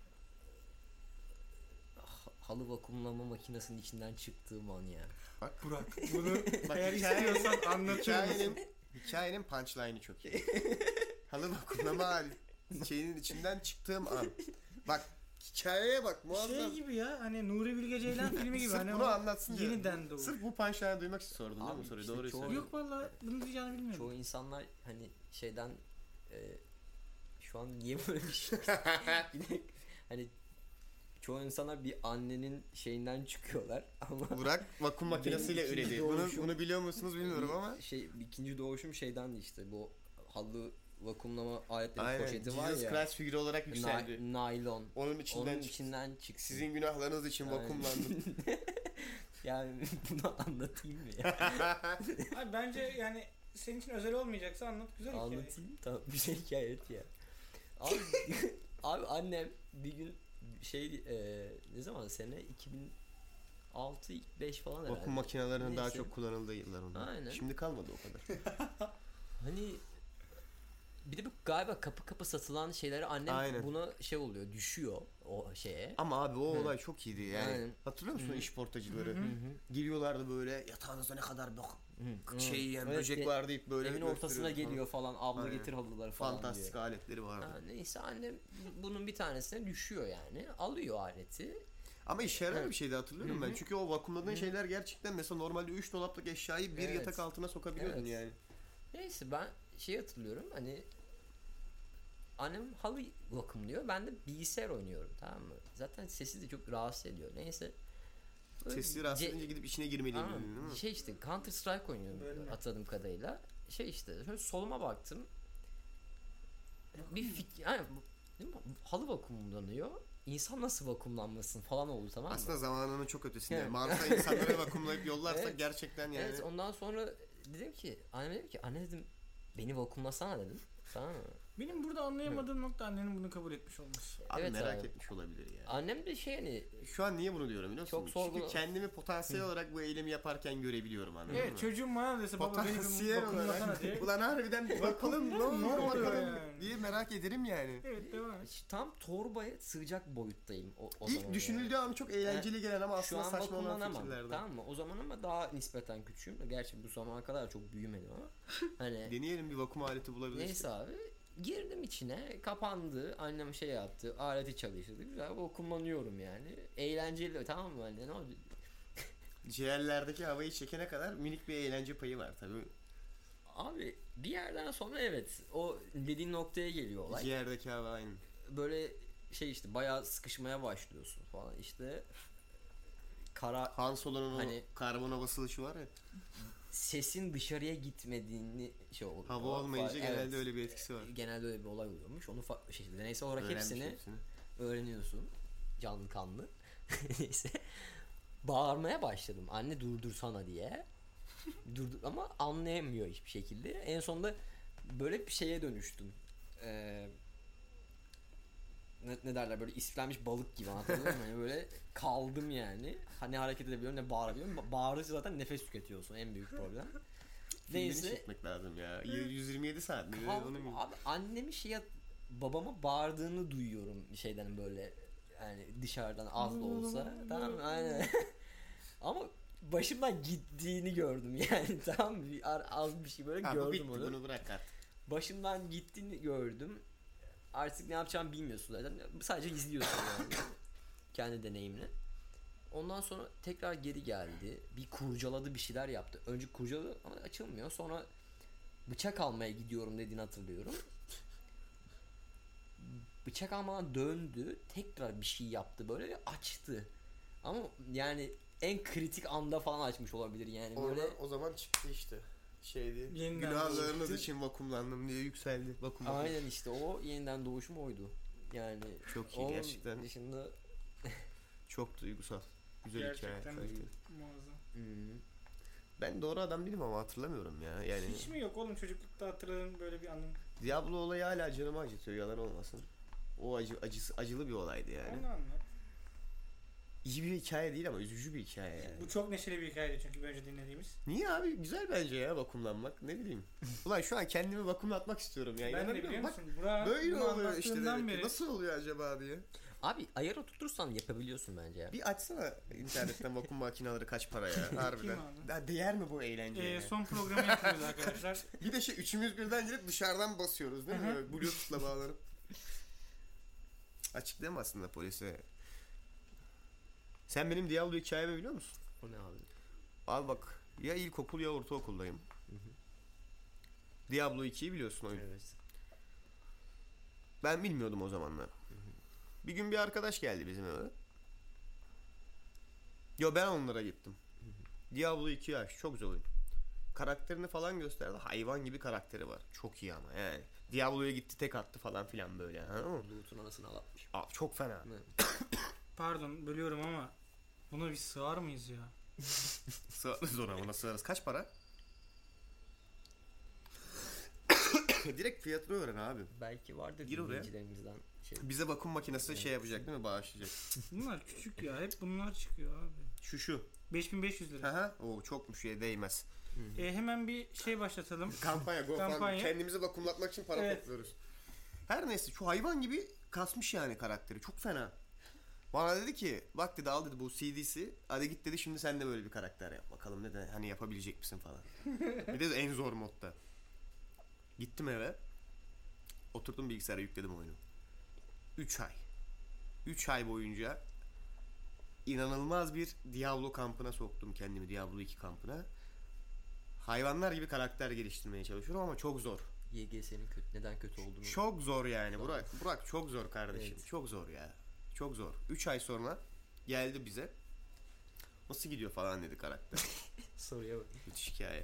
Halı vakumlama makinesinin içinden çıktığım an ya. Burak bunu Bak, eğer istiyorsan anlatır mısın? Hikayenin punchline'ı çok iyi. Halı vakumlama şeyinin içinden çıktığım an. Bak hikayeye bak muazzam. Şey gibi ya hani Nuri Bilge Ceylan filmi gibi. Sırf hani bunu o anlatsın diye. yeniden doğuş. Sırf bu punchline'ı duymak için sordun değil Abi mi soruyu? işte Doğruyu çoğu- söylüyorsun. Yok valla bunu diyeceğini bilmiyordum. Çoğu insanlar hani şeyden şu an niye böyle bir şey? Bir de hani çoğu insanlar bir annenin şeyinden çıkıyorlar ama Burak vakum makinesiyle Benim ikinci üredi. Bunu, doğuşum- bunu biliyor musunuz bilmiyorum ama. ikinci doğuşum şeyden işte bu halı vakumlama aletleri Aynen. poşeti var Jesus ya. Christ figürü olarak yükseldi. Naylon. Onun içinden, Onun içinden çıktı. sizin günahlarınız için Aynen. vakumlandım. Yani bunu anlatayım mı ya? Abi bence yani senin için özel olmayacaksa anlat, güzel hikaye. Anlatayım tamam güzel hikaye et ya. Abi, abi annem bir gün ne zaman sene 2006 5 falan herhalde. Vakum makinelerinin daha Neyse. çok kullanıldığı yıllar onlar. Aynen. Şimdi kalmadı o kadar. Hani bir de bu galiba kapı satılan şeyleri annem Aynen. buna şey oluyor düşüyor o şeye. Ama abi o Hı. olay çok iyiydi yani. Aynen. Hatırlıyor musun o Hı. işportacıları? Hı hı. Giriyorlardı böyle yatağınızda ne kadar bak Hı. şey yani Evet, böcek var deyip böyle evin ortasına gösteriyordu falan. geliyor falan abla Aynen. getir halıları falan Fantastik diyor. aletleri vardı. Ha, neyse annem bunun bir tanesine düşüyor yani. Alıyor aleti. Ama işe yarar Evet. bir şeydi hatırlıyorum ben. Hı hı. Çünkü o vakumladığın Hı. şeyler gerçekten mesela normalde 3 dolaplık eşyayı bir Evet. yatak altına sokabiliyordun Evet. yani. Neyse ben hatırlıyorum hani annem halı vakumluyor. Ben de bilgisayar oynuyorum tamam mı? Zaten sesi de çok rahatsız ediyor. Neyse. Böyle Sesli rahatsız edince gidip içine girmeliyim Aa, dedin değil mi? şey işte Counter Strike oynuyorum Bölme. hatırladığım kadarıyla. Şey işte şöyle soluma baktım. Bir fikir değil mi? Halı vakumlanıyor. İnsan nasıl vakumlanmasın falan oldu tamam mı? Aslında zamanının çok ötesinde. Evet. Mars'a insanlara vakumlayıp yollarsak Evet. gerçekten yani. Evet ondan sonra anneme dedim ki anne dedim beni vakumlasana dedim. Tamam mı? Benim burada anlayamadığım nokta annenin bunu kabul etmiş olması. Abi Evet merak abi. etmiş olabilir ya. Annem de hani Şu an niye bunu diyorum biliyor musun? Çok sorgula- Çünkü kendimi potansiyel olarak bu eylemi yaparken görebiliyorum anladın Evet mı? çocuğum bana dese baba beni bir Potansiyel vakumlasana olarak. diye. Ulan harbiden bir bakalım ne oluyor, Ne oluyor bakalım yani? diye merak ederim yani. Evet devam et. tam torbaya sığacak boyuttayım o İlk zaman. düşünüldüğü an çok eğlenceli gelen ama Şu aslında an saçma olan vakumlanamam. fikirlerden. Tamam mı? O zaman ama daha nispeten küçüğüm. Gerçi bu zamana kadar çok büyümedim ama. Hani Deneyelim bir vakum aleti bulabilirsek. neyse abi. Girdim içine. Kapandı. Annem şey yaptı. Aleti çalıştırdı. Güzel vakumlanıyorum yani. Eğlenceli tamam mı? Hani ne oldu? Ciğerlerdeki havayı çekene kadar minik bir eğlence payı var tabii. Abi bir yerden sonra evet. O dediğin noktaya geliyor olay. Ciğerdeki hava aynı. Böyle şey işte bayağı sıkışmaya başlıyorsun falan. İşte kara Han Solo'nun o Hani- karbona basılışı var ya. sesin dışarıya gitmediğini şey oluyor. Hava olmayınca Evet. genelde öyle bir etkisi var. Genelde öyle bir olay oluyormuş. Onu farklı şekilde deneysel olarak Öğrenmiş hepsini hepsini. öğreniyorsun. Canlı kanlı. Neyse. Bağırmaya başladım. Anne durdursana diye. Durdur ama anlayamıyor hiçbir şekilde. En sonunda böyle bir şeye dönüştüm. Ne derler böyle islenmiş balık gibi anladın mı? Hani böyle kaldım yani. Hani hareket edebiliyorum ne bağırabiliyorum. Bağırınca zaten nefes tüketiyorsun en büyük problem. Filmini Neyse. çekmek lazım ya. 127 saat mi? Kaldım abi annemi babama bağırdığını duyuyorum şeyden böyle yani dışarıdan az da olsa tamam mı? Aynen. Ama başımdan gittiğini gördüm yani tamam mı? Az bir şey böyle Ha, bu gördüm bitti, onu. bunu bırak artık. Başımdan gittiğini gördüm. Artık ne yapacağımı bilmiyorsun zaten. Sadece izliyorsun yani. Kendi deneyimle. Ondan sonra tekrar geri geldi. Bir kurcaladı bir şeyler yaptı. Önce kurcaladı ama açılmıyor. Sonra bıçak almaya gidiyorum dediğini hatırlıyorum. Bıçak almadan döndü. Tekrar bir şey yaptı. Böyle ve açtı. Ama yani en kritik anda falan açmış olabilir yani. Böyle O zaman çıktı işte. Şeydi. Yeniden Günahlarınız çıktı. için vakumlandım diye yükseldi. Vakum. aynen işte o yeniden doğuşum oydu. Yani Çok iyi onun gerçekten. dışında Çok duygusal. Güzel Gerçekten hikaye. muazzam. hmm, Ben doğru adam değilim ama hatırlamıyorum ya. Yani Hiç mi yok oğlum çocuklukta hatırladığın böyle bir anın? Diablo olayı hala canımı acıtıyor, yalan olmasın. O acılı bir olaydı yani. Onu anlat. İyi bir hikaye değil ama üzücü bir hikaye yani. Bu çok neşeli bir hikayeydi çünkü bir önce dinlediğimiz. Niye abi? Güzel bence ya vakumlanmak. Ne bileyim. Ulan şu an kendimi vakumlatmak istiyorum ya. Ben de İnanabiliyor biliyor musun? musun? Burak Böyle bunu oluyor işte anlattığından demek ki. beri. Nasıl oluyor acaba abi ya? Abi ayar oturtursan yapabiliyorsun bence ya. Bir açsana internetten vakum makineleri kaç para ya harbiden. abi? Ya değer mi bu eğlenceye? ya? Son programı yapıyoruz arkadaşlar. Bir de üçümüz birden gelip dışarıdan basıyoruz değil mi? Hı hı. Böyle Bluetooth'la bağlanıp. Açıklayayım aslında polise. Sen benim Diablo hikayemi biliyor musun? O ne abi? Al bak, ya ilkokul ya ortaokuldayım. Diablo 2'yi biliyorsun oyun. Evet. Ben bilmiyordum o zamanlar. Bir gün bir arkadaş geldi bizim eve. Yo, ben onlara gittim. Diablo 2 yaş çok güzel oyun. Karakterini falan gösterdi. Hayvan gibi karakteri var. Çok iyi ama yani. Diablo'ya gitti, tek attı falan filan böyle. Anladın mı? Loot'un anasını ağlatmış. Abi çok fena. Pardon bölüyorum ama buna bir sığar mıyız ya? Sığarız ona, ona sığarız. Kaç para? Direkt fiyatını öğren abi. Belki vardır Gir oraya. dinleyicilerimizden şey. Bize vakum makinesi Evet. şey yapacak değil mi? Bağışlayacak. Bunlar küçük ya. Hep bunlar çıkıyor abi. Şu. 5500 lira. Aha. Oo, çokmuş ya, değmez. Hemen bir şey başlatalım. Kampanya, GoFundMe. Kampanya. Kendimizi vakumlatmak için para Evet. topluyoruz. Her neyse, şu hayvan gibi kasmış yani karakteri. Çok fena. Bana dedi ki bak dedi, al dedi bu CD'si. Hadi git dedi, şimdi sen de böyle bir karakter yap. Bakalım ne de hani yapabilecek misin falan. Bir de en zor modda. Gittim eve. Oturdum bilgisayara, yükledim oyunu. 3 ay. 3 ay boyunca inanılmaz bir Diablo kampına soktum kendimi. Diablo 2 kampına. Hayvanlar gibi karakter geliştirmeye çalışıyorum ama çok zor. YGS'nin neden kötü olduğunu. Çok zor yani. Burak çok zor kardeşim. Evet. Çok zor ya. Çok zor. 3 ay sonra geldi bize. Nasıl gidiyor falan dedi karakter. Soruya bak. Müthiş hikaye.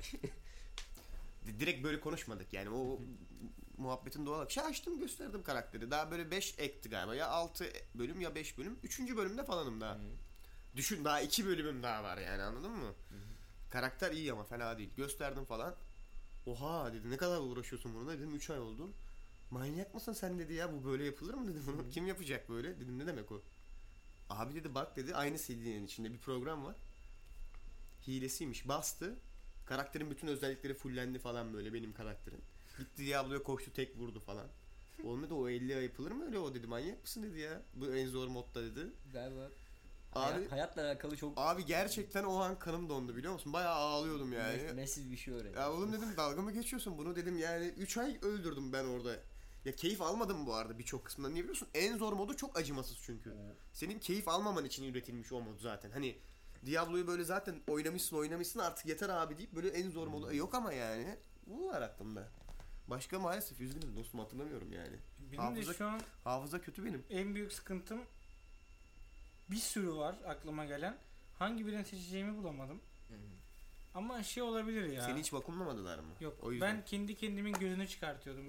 Direkt böyle konuşmadık yani. O muhabbetin doğal akışı, açtım gösterdim karakteri. Daha böyle 5 ekti galiba. Ya 6 bölüm ya 5 bölüm. 3. bölümde falanım daha. Düşün, daha 2 bölümüm daha var yani, anladın mı? Karakter iyi ama fena değil. Gösterdim falan. Oha dedi, ne kadar uğraşıyorsun bununla, dedim 3 ay oldu. Manyak mısın sen dedi ya, bu böyle yapılır mı dedim, bunu kim yapacak böyle, dedim ne demek o. Abi dedi bak dedi, aynı CD'nin içinde bir program var. Hilesiymiş, bastı. Karakterin bütün özellikleri fullendi falan böyle, benim karakterin. Gitti Diablo'ya koştu, tek vurdu falan. Olmadı, o 50 yapılır mı öyle, o dedi, manyak mısın dedi ya. Bu en zor modda dedi. Galiba Abi, hayatla alakalı çok abi gerçekten o an kanım dondu biliyor musun? Bayağı ağlıyordum yani. nesil bir şey öğrendim. Ya oğlum dedim, dalga mı geçiyorsun bunu dedim yani, 3 ay öldürdüm ben orada. Ya keyif almadım bu arada birçok kısmından, niye biliyorsun? En zor modu çok acımasız çünkü. Senin keyif almaman için üretilmiş o mod zaten. Hani Diablo'yu böyle zaten oynamışsın artık yeter abi deyip böyle en zor modu yok ama yani. Bu var aklımda. Başka maalesef üzgünüm dostum, hatırlamıyorum yani. Benim de şu an Hafıza kötü benim. en büyük sıkıntım, bir sürü var aklıma gelen. Hangi birini seçeceğimi bulamadım. Ama şey olabilir ya. Seni hiç vakumlamadılar mı? Yok. O yüzden. Ben kendi kendimin gözünü çıkartıyordum.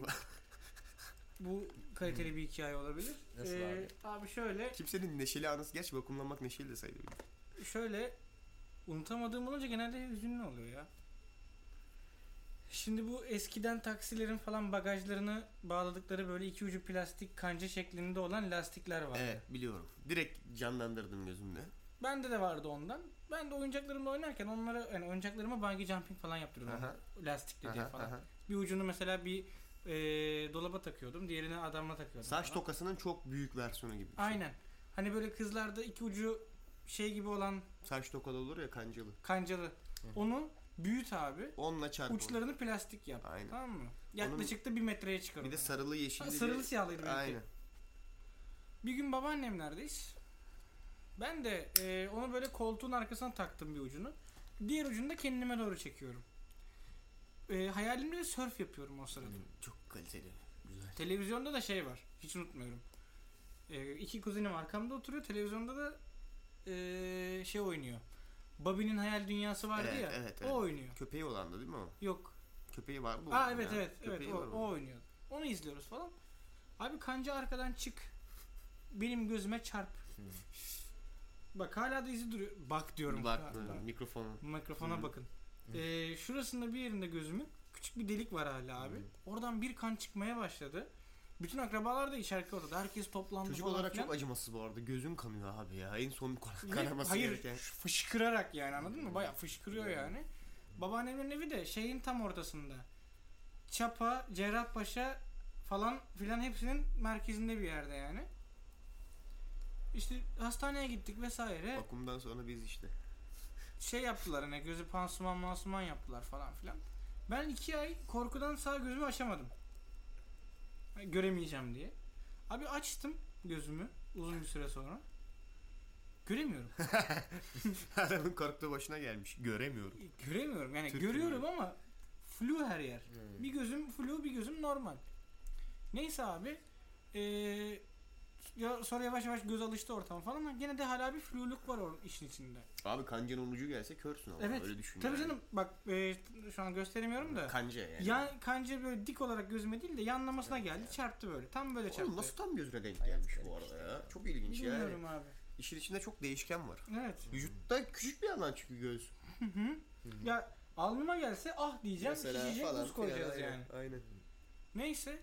Bu kaliteli bir hikaye olabilir. Nasıl abi? Abi şöyle Kimsenin neşeli anısı, gerçi vakumlanmak neşeli de sayılıyor. unutamadığım olunca genelde hüzünlü oluyor ya. Şimdi bu eskiden taksilerin falan bagajlarını bağladıkları böyle iki ucu plastik kanca şeklinde olan lastikler vardı. Evet biliyorum. Direkt canlandırdım gözümde. Bende de vardı ondan. Ben de oyuncaklarımla oynarken onlara, yani oyuncaklarıma bungee jumping falan yaptırıyordum. Aha. Lastikli diye Aha, falan. aha. Bir ucunu mesela bir dolaba takıyordum. Diğerini adamla takıyordum. Saç falan. tokasının çok büyük versiyonu gibi. bir şey. Aynen. Hani böyle kızlarda iki ucu şey gibi olan Saç tokalı olur ya, kancalı. kancalı. Onu büyüt abi. Onunla çarp. Uçlarını plastik yap. Aynen. Tamam mı? Yaklaşık da 1 metreye çıkar. Bir de onu. sarılı yeşilli. Sarılı siyahlıydı benimki. Aynen. Bir gün babaannemlerdeyiz. Ben de onu böyle koltuğun arkasına taktım bir ucunu. Diğer ucunu da kendime doğru çekiyorum. Hayalimde de surf yapıyorum o sırada. Çok kaliteli. Güzel. Televizyonda da şey var. Hiç unutmuyorum. İki kuzenim arkamda oturuyor. Televizyonda da şey oynuyor. Bobby'nin Hayal Dünyası vardı Evet, ya. evet, o evet. oynuyor. Köpeği olan da değil mi o? Yok. Köpeği var mı? Aa evet Ya? evet Köpeği o var onun. oynuyor. Onu izliyoruz falan. Abi kanca arkadan çık. Benim gözüme çarp. Bak hala da izi duruyor. Bak diyorum. Bak Ha, mikrofonu. Mikrofona Hı. bakın. Şurasında bir yerinde gözümün küçük bir delik var hala abi. Oradan bir kan çıkmaya başladı. Bütün akrabalar da içeride orada. Herkes toplandı Çocuk falan olarak filan. çok acımasız bu arada. Gözün kanıyor abi ya. En son kanaması Hayır, gereken. fışkırarak yani, anladın mı? Bayağı fışkırıyor yani. Babaannemin evi de şeyin tam ortasında. Çapa, Cerrahpaşa falan filan hepsinin merkezinde bir yerde yani. İşte hastaneye gittik vesaire. Vakumdan sonra biz işte. Şey yaptılar, hani gözü pansuman yaptılar falan filan. Ben 2 ay korkudan sağ gözümü açamadım. Yani göremeyeceğim diye. Abi açtım gözümü uzun bir süre sonra. Göremiyorum. Adamın korktuğu başına gelmiş. Göremiyorum. Göremiyorum yani, Türkiye görüyorum ama flu her yer. Bir gözüm flu, bir gözüm normal. Neyse abi. Ya sonra yavaş yavaş göz alıştı ortama falan ama gene de hala bir fluluk var o işin içinde. Abi kancanın ucu gelse körsün ama Evet. öyle düşün. Tabii yani. canım bak, şu an gösteremiyorum da. Kanca yani. Kanca böyle dik olarak gözüme değil de yanlamasına geldi, çarptı böyle. Tam böyle çarptı. Oğlum nasıl tam gözüne denk Hayat gelmiş bu garip arada işte ya. Çok ilginç yani. Bilmiyorum abi. İşin içinde çok değişken var. Evet. Vücutta küçük bir alan çünkü göz. Ya alnıma gelse ah diyeceğim, şişecek, buz koyacağız filan, yani. Aynen. Neyse.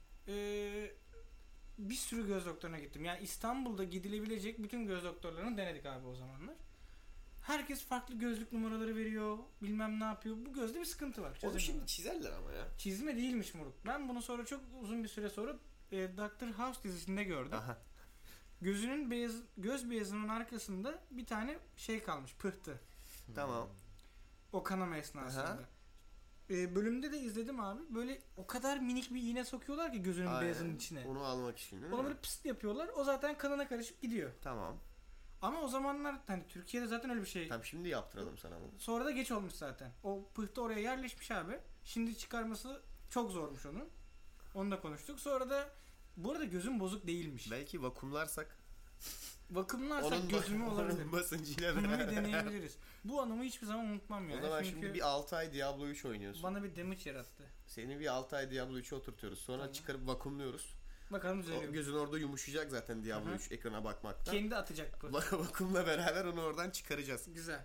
Bir sürü göz doktoruna gittim. Yani İstanbul'da gidilebilecek bütün göz doktorlarını denedik abi o zamanlar. Herkes farklı gözlük numaraları veriyor. Bilmem ne yapıyor. Bu gözde bir sıkıntı var. Onu Çözemiyorlar. şimdi çizerler ama ya. Çizme değilmiş moruk. Ben bunu sonra çok uzun bir süre sonra Dr. House dizisinde gördüm. Aha. Gözünün göz beyazının arkasında bir tane şey kalmış, pıhtı. Tamam. O kanama esnasında. Aha. Bölümde de izledim abi. Böyle o kadar minik bir iğne sokuyorlar ki gözünün Aynen. beyazının içine. Onu almak için değil Onu mi? böyle pıst yapıyorlar. O zaten kanına karışıp gidiyor. Tamam. Ama o zamanlar hani Türkiye'de zaten öyle bir şey. Tamam şimdi yaptıralım sana bunu. Sonra da geç olmuş zaten. O pıhtı oraya yerleşmiş abi. Şimdi çıkarması çok zormuş onun. Onu da konuştuk. Sonra da bu arada gözüm bozuk değilmiş. Belki vakumlarsak Vakumlarsak gözümü olabilir. onun basıncıyla Bunu bir beraber. deneyebiliriz. Bu anımı hiçbir zaman unutmam yani. O zaman Çünkü şimdi bir 6 ay Diablo 3 oynuyorsun. bana bir damage yarattı. Seni bir 6 ay Diablo 3'e oturtuyoruz. Sonra Tamam. çıkarıp vakumluyoruz. Bakalım O düzeliyor. gözün orada yumuşayacak zaten Diablo Aha. 3 ekrana bakmaktan. Kendi atacak bu. Vakumla beraber onu oradan çıkaracağız. Güzel.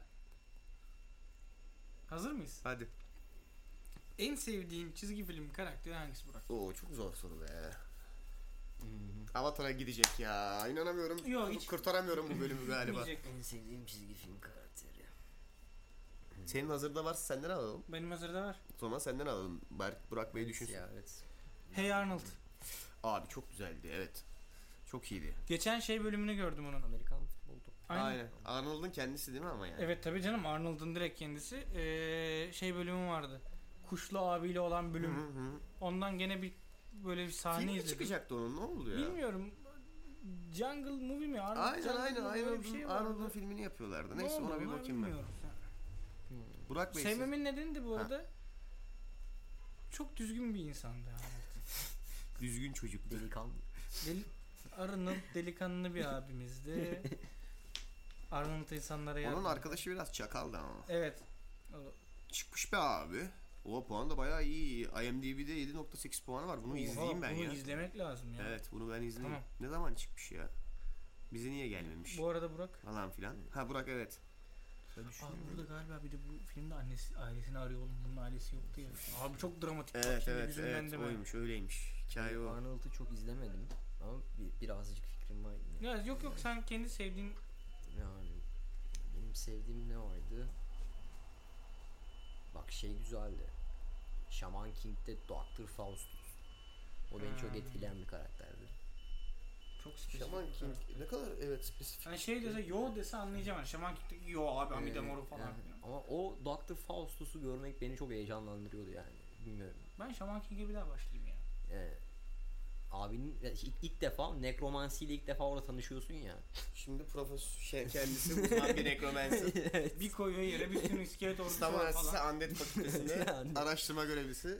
Hazır mıyız? Hadi. En sevdiğin çizgi film karakteri hangisi Burak? Oo çok zor soru be. Avatar'a gidecek ya. İnanamıyorum. Yok, hiç- Kurtaramıyorum bu bölümü galiba. Gitmeyecek. En sevdiğim çizgi film karakteri. Senin hazırda varsa senden alalım. Benim hazırda var. O zaman senden alalım. Burak Bey düşünsün. Ya evet. Hey Arnold. Abi çok güzeldi evet. Çok iyiydi. Geçen şey bölümünü gördüm onun. Amerikan futbol topu. Aynen. Arnold'un kendisi değil mi ama yani? Evet tabii canım, Arnold'un direkt kendisi. Şey bölümü vardı. Kuşlu abiyle olan bölüm. Hı hı. Ondan gene bir böyle bir sahne Filmi izledim. çıkacaktı onun, ne oldu ya? Bilmiyorum. Jungle Movie mi? Arnold Aynen Jungle aynen Movie, öyle Arnold'un bir şey vardı. Arnold'un filmini yapıyorlardı. Ne Neyse oldu ona bir ona bakayım ben. bilmiyorum. Burak Bey Sevmemin nedeni de bu Ha. arada çok düzgün bir insandı Arnold. düzgün çocuk. Delikanlı. Arnold delikanlı bir abimizdi. Arnold insanlara yardım. Onun arkadaşı biraz çakaldı ama. Evet. Çıkmış be abi. O puan da bayağı iyi. IMDb'de 7.8 puanı var. Bunu Oha, izleyeyim ben bunu ya. izlemek lazım ya. Evet bunu ben izleyeyim. Tamam. Ne zaman çıkmış ya? Bize niye gelmemiş? Bu arada Burak. Falan filan. Ha Burak evet. Burada galiba bir de bu filmde ailesini arıyor oğlum. Bunun ailesi yoktu ya. Abi çok dramatik. Bak Evet şimdi evet yüzümden evet deme. oymuş öyleymiş. Hikaye o. Arnold'u çok izlemedim ama birazcık fikrim var yine. Ya yok sen kendi sevdiğin Yani benim sevdiğim ne vardı? Bak şey güzeldi. Shaman King'de Dr. Faustus. O beni çok etkileyen bir karakterdi. çok spesifik. Shaman King ne kadar evet spesifik. Hani şey dese yo dese anlayacağım. Yani Shaman King'de yo abi Amida Moru falan Yani. filan. Ama o Dr. Faustus'u görmek beni çok heyecanlandırıyordu yani. Bilmiyorum. Ben Shaman King'e bir daha başlayayım ya. Abinin ilk defa nekromansiyle ilk defa orada tanışıyorsun ya. Şimdi profesör kendisi uzman bir nekromansi. Bir koyuyor yere bir sürü iskelet ordusu İstanbul var Üniversitesi falan. Andet Fakültesi'nde araştırma görevlisi.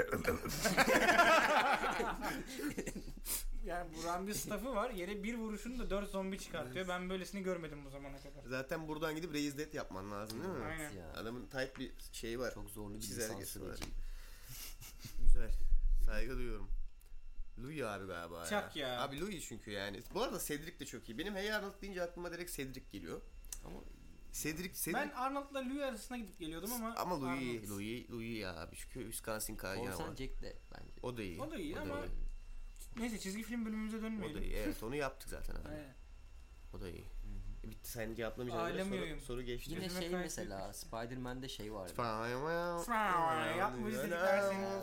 Yani Burak'ın bir staffı var. Yere bir vuruşunu da 4 zombi çıkartıyor. Ben böylesini görmedim bu zamana kadar. Zaten buradan gidip Raise Dead yapman lazım değil mi? Aynen. Ya. Adamın tight bir şeyi var. Çok zorlu bir Çizelgesi lisans var. süreci. Güzel. Saygı duyuyorum. Louis abi galiba Çak ya. Abi Louis çünkü yani. Bu arada Cedric de çok iyi. Benim Hey Arnold deyince aklıma direkt Cedric geliyor. Ama Cedric Ben Arnold'la Louis arasına gidip geliyordum ama Louis Arnold. Louis ya abi çünkü Wisconsin KC Orson var. Jack de bence. O da iyi. O da iyi ama neyse çizgi film bölümümüze O dönmeyelim. da iyi. Evet onu yaptık zaten abi. Aynen. O da iyi. Bitti sen cevaplamayacağın Ailem göre uyum. soru geçti. Yine Gözüme şey karşı- mesela Spider-Man'de şey vardı. Yapma istedikler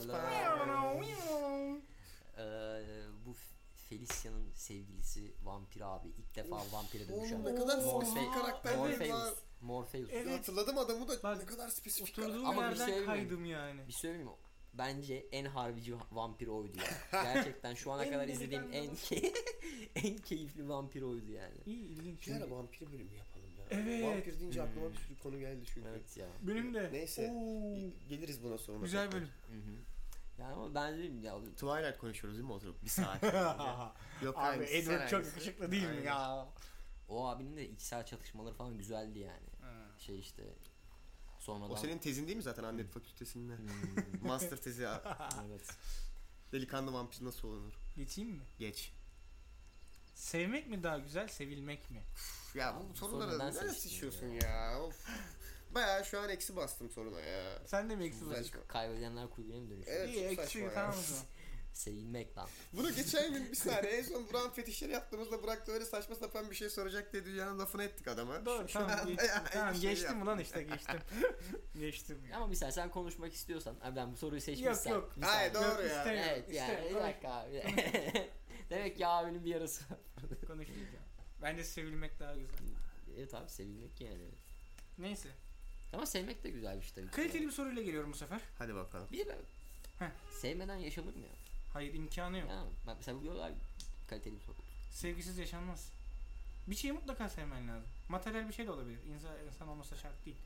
Bu Felicia'nın sevgilisi vampir abi. İlk defa vampire dönüşen. Oğlum ne kadar Oo. spesifik karakterler var. Morpheus. Morpheus. Evet. Hatırladım adamı da Bak, ne kadar spesifik Oturduğum Ama bir şey yerden mi? kaydım yani. Bir söyleyeyim mi? Bence en harbici vampir oydu ya. Gerçekten şu ana En kadar izlediğim delikanlı. en keyifli vampir oydu yani. İyi ilginç. Bir ara vampir bölümü yapalım ya. Evet. Vampir deyince aklıma bir sürü konu geldi çünkü. Evet ya. Benim de. Neyse. Oo. Geliriz buna sonra. Güzel tekrar. bölüm. Hı hı. Yani ama ben dedim ya Twilight konuşuyoruz değil mi oturup bir saat. Yok Abi hangisi, Edward sen çok hangisi? yakışıklı değil mi Aynen. ya? o abinin de içsel çatışmaları falan güzeldi yani. Şey işte sonradan. O senin tezin değil mi zaten Annet Fakültesi'nde? Hmm, Master tezi. evet. Delikanlı vampir nasıl olunur? Geçeyim mi? Geç. Sevmek mi daha güzel, sevilmek mi? Ya Abi, bu soru soruları neden nereye seçtin seçiyorsun ya? ya? Of. Bayağı şu an eksi bastım soruna ya. Sen de mi eksi Güzel. basıyorsun? Kaybedenler kulübüne mi dönüşüyor? Evet, İyi çok eksi saçma ya. tamam o zaman. Sevilmek lan. Bunu geçen gün bir saniye en son Burak'ın fetişleri yaptığımızda Burak da öyle saçma sapan bir şey soracak diye dünyanın lafını ettik adama. Doğru Şu tamam anda geçtim. yani Tamam aynı şeyi geçtim yaptım. ulan işte geçtim. Geçtim ya. Ama misal sen konuşmak istiyorsan, abi ben bu soruyu Yok seçmişsem. yok. misal- Hayır, doğru Yok, ya. istemiyorum, Evet yani bir istemiyorum. dakika abi. Demek ki abinin bir yarası var. Konuşmayacağım. Bence sevilmek daha güzel. Evet abi sevilmek yani. Neyse. Ama sevmek de güzel bir şey tabii ki. Kaliteli bir soruyla geliyorum bu sefer. Hadi bakalım. Bir de ben Heh. sevmeden yaşanır mı ya? Hayır imkanı yok. Ya bak mesela bu diyorlar kaliteli bir soru. Sevgisiz yaşanmaz. Bir şeyi mutlaka sevmen lazım. Materyal bir şey de olabilir. İnsan olmasa şart değil.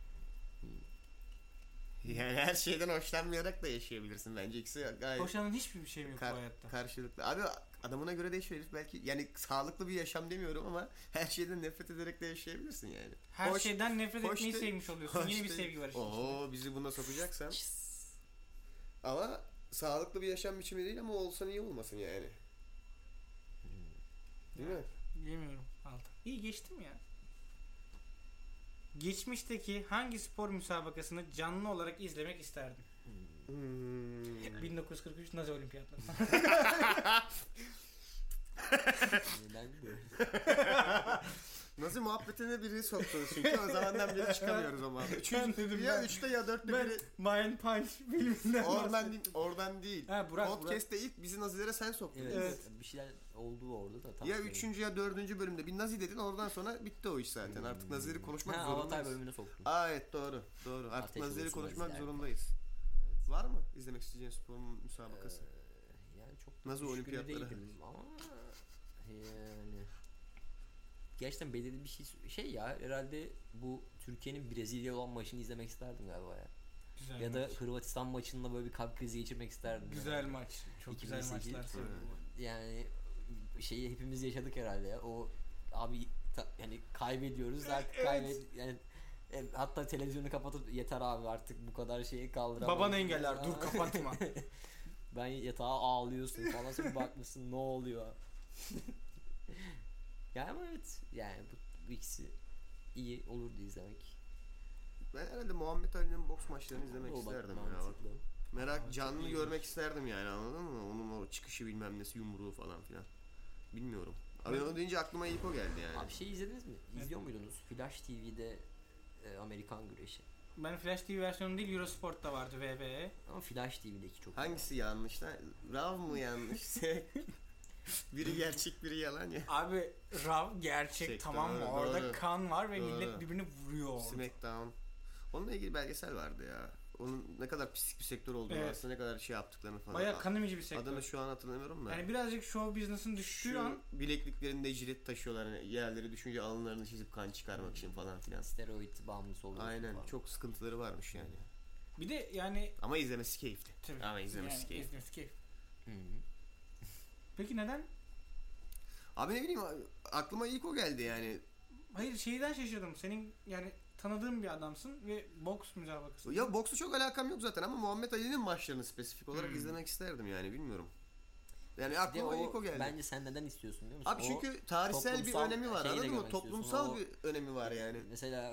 Yani her şeyden hoşlanmayarak da yaşayabilirsin bence ikisi gayet Hoşlanan hiçbir şey yok bu hayatta. karşılıklı. Abi adamına göre değişiyor herif belki yani sağlıklı bir yaşam demiyorum ama her şeyden nefret ederek de yaşayabilirsin yani. Her Hoş- şeyden nefret hoş etmeyi de- sevmiş oluyorsun. Yeni bir de- sevgi var işte. Oo bizi buna sokacaksan. Ama sağlıklı bir yaşam biçimi değil ama olsa niye olmasın yani. Değil mi? Bilmiyorum. Aldım. İyi geçtim ya. Geçmişteki hangi spor müsabakasını canlı olarak izlemek isterdim? 1943 Nazi Olimpiyatları. Ben de. Nasıl muhabbetine biri soktunuz çünkü o zamandan beri çıkamıyoruz o muhabbet. Ben dedim Ya ben. 3'te ya 4'te Ben biri Mind Punch filminden oradan değil. Ha, Burak. Podcast'te ilk bizi Nazilere sen soktun. Evet, Evet. bir şeyler oldu orada da. tam Ya söyleyeyim. 3. ya 4. bölümde bir Nazi dedin oradan sonra bitti o iş zaten. Artık Nazileri konuşmak Ha, Avatar zorundayız. bölümüne soktun. Aa evet doğru. Artık Ateş Nazileri olsun konuşmak Naziler. zorundayız. Evet. Var mı izlemek isteyeceğin spor müsabakası? Yani çok Nazi düşkün olimpiyatları. değildim ama yani gerçekten belirli bir şey ya herhalde bu Türkiye'nin Brezilya olan maçını izlemek isterdim galiba ya. Güzel Ya da maç. Hırvatistan maçında böyle bir kalp krizi geçirmek isterdim. Güzel yani. maç. Çok 2008 güzel maçlar seviyorum. Yani şeyi hepimiz yaşadık herhalde ya. O abi yani kaybediyoruz artık Evet. yani hatta televizyonu kapatıp yeter abi artık bu kadar şeyi kaldıramam. Baban engeller dur kapatma. Ben yatağa ağlıyorsun falan sonra bakmışsın ne oluyor. Yani ama evet yani bu ikisi iyi olurdu izlemek. Ben herhalde Muhammed Ali'nin boks maçlarını izlemek O bak, isterdim ya. Bak. mantıklı. Merak canlı iyi. görmek isterdim yani anladın mı? Onun o çıkışı bilmem nesi yumruğu falan filan. Bilmiyorum. Abi onu deyince aklıma ilk o geldi yani. Abi şey izlediniz mi? Evet. İzliyor muydunuz? Flash TV'de Amerikan güreşi. Ben Flash TV versiyonu değil Eurosport'ta vardı VBE. Ama Flash TV'deki çok Hangisi yanlış lan? Rav mı yanlış? Biri gerçek biri yalan ya. Abi Rav gerçek Şey, tamam mı? doğru, Orada doğru. kan var ve Doğru. millet birbirini vuruyor. Smackdown. Onunla ilgili belgesel vardı ya. Onun ne kadar pislik bir sektör olduğunu Evet. aslında ne kadar şey yaptıklarını falan. Bayağı kan emici bir sektör. Adını şu an hatırlamıyorum da. Yani birazcık show business'ın düştüğü şu an bilekliklerinde jilet taşıyorlar. Yani yerleri düşünce alınlarını çizip kan çıkarmak için falan filan. steroid bağımlısı oluyor. Aynen falan. çok sıkıntıları varmış yani. bir de yani Ama izlemesi keyifli. tabii, Ama izlemesi yani keyifli. izlemesi keyif. Hı. Peki neden? Abi ne bileyim aklıma ilk o geldi yani. Hayır şeyden şaşırdım. Senin yani tanıdığın bir adamsın ve boks müsabakası. Ya boksla çok alakam yok zaten ama Muhammed Ali'nin maçlarını spesifik olarak Hmm. izlemek isterdim yani bilmiyorum. Yani Bir de aklıma ilk o geldi. bence sen neden istiyorsun biliyor musun? Abi O çünkü tarihsel bir toplumsal önemi var şeyi de anladın mı? görmek Toplumsal istiyorsun. bir önemi var yani. Mesela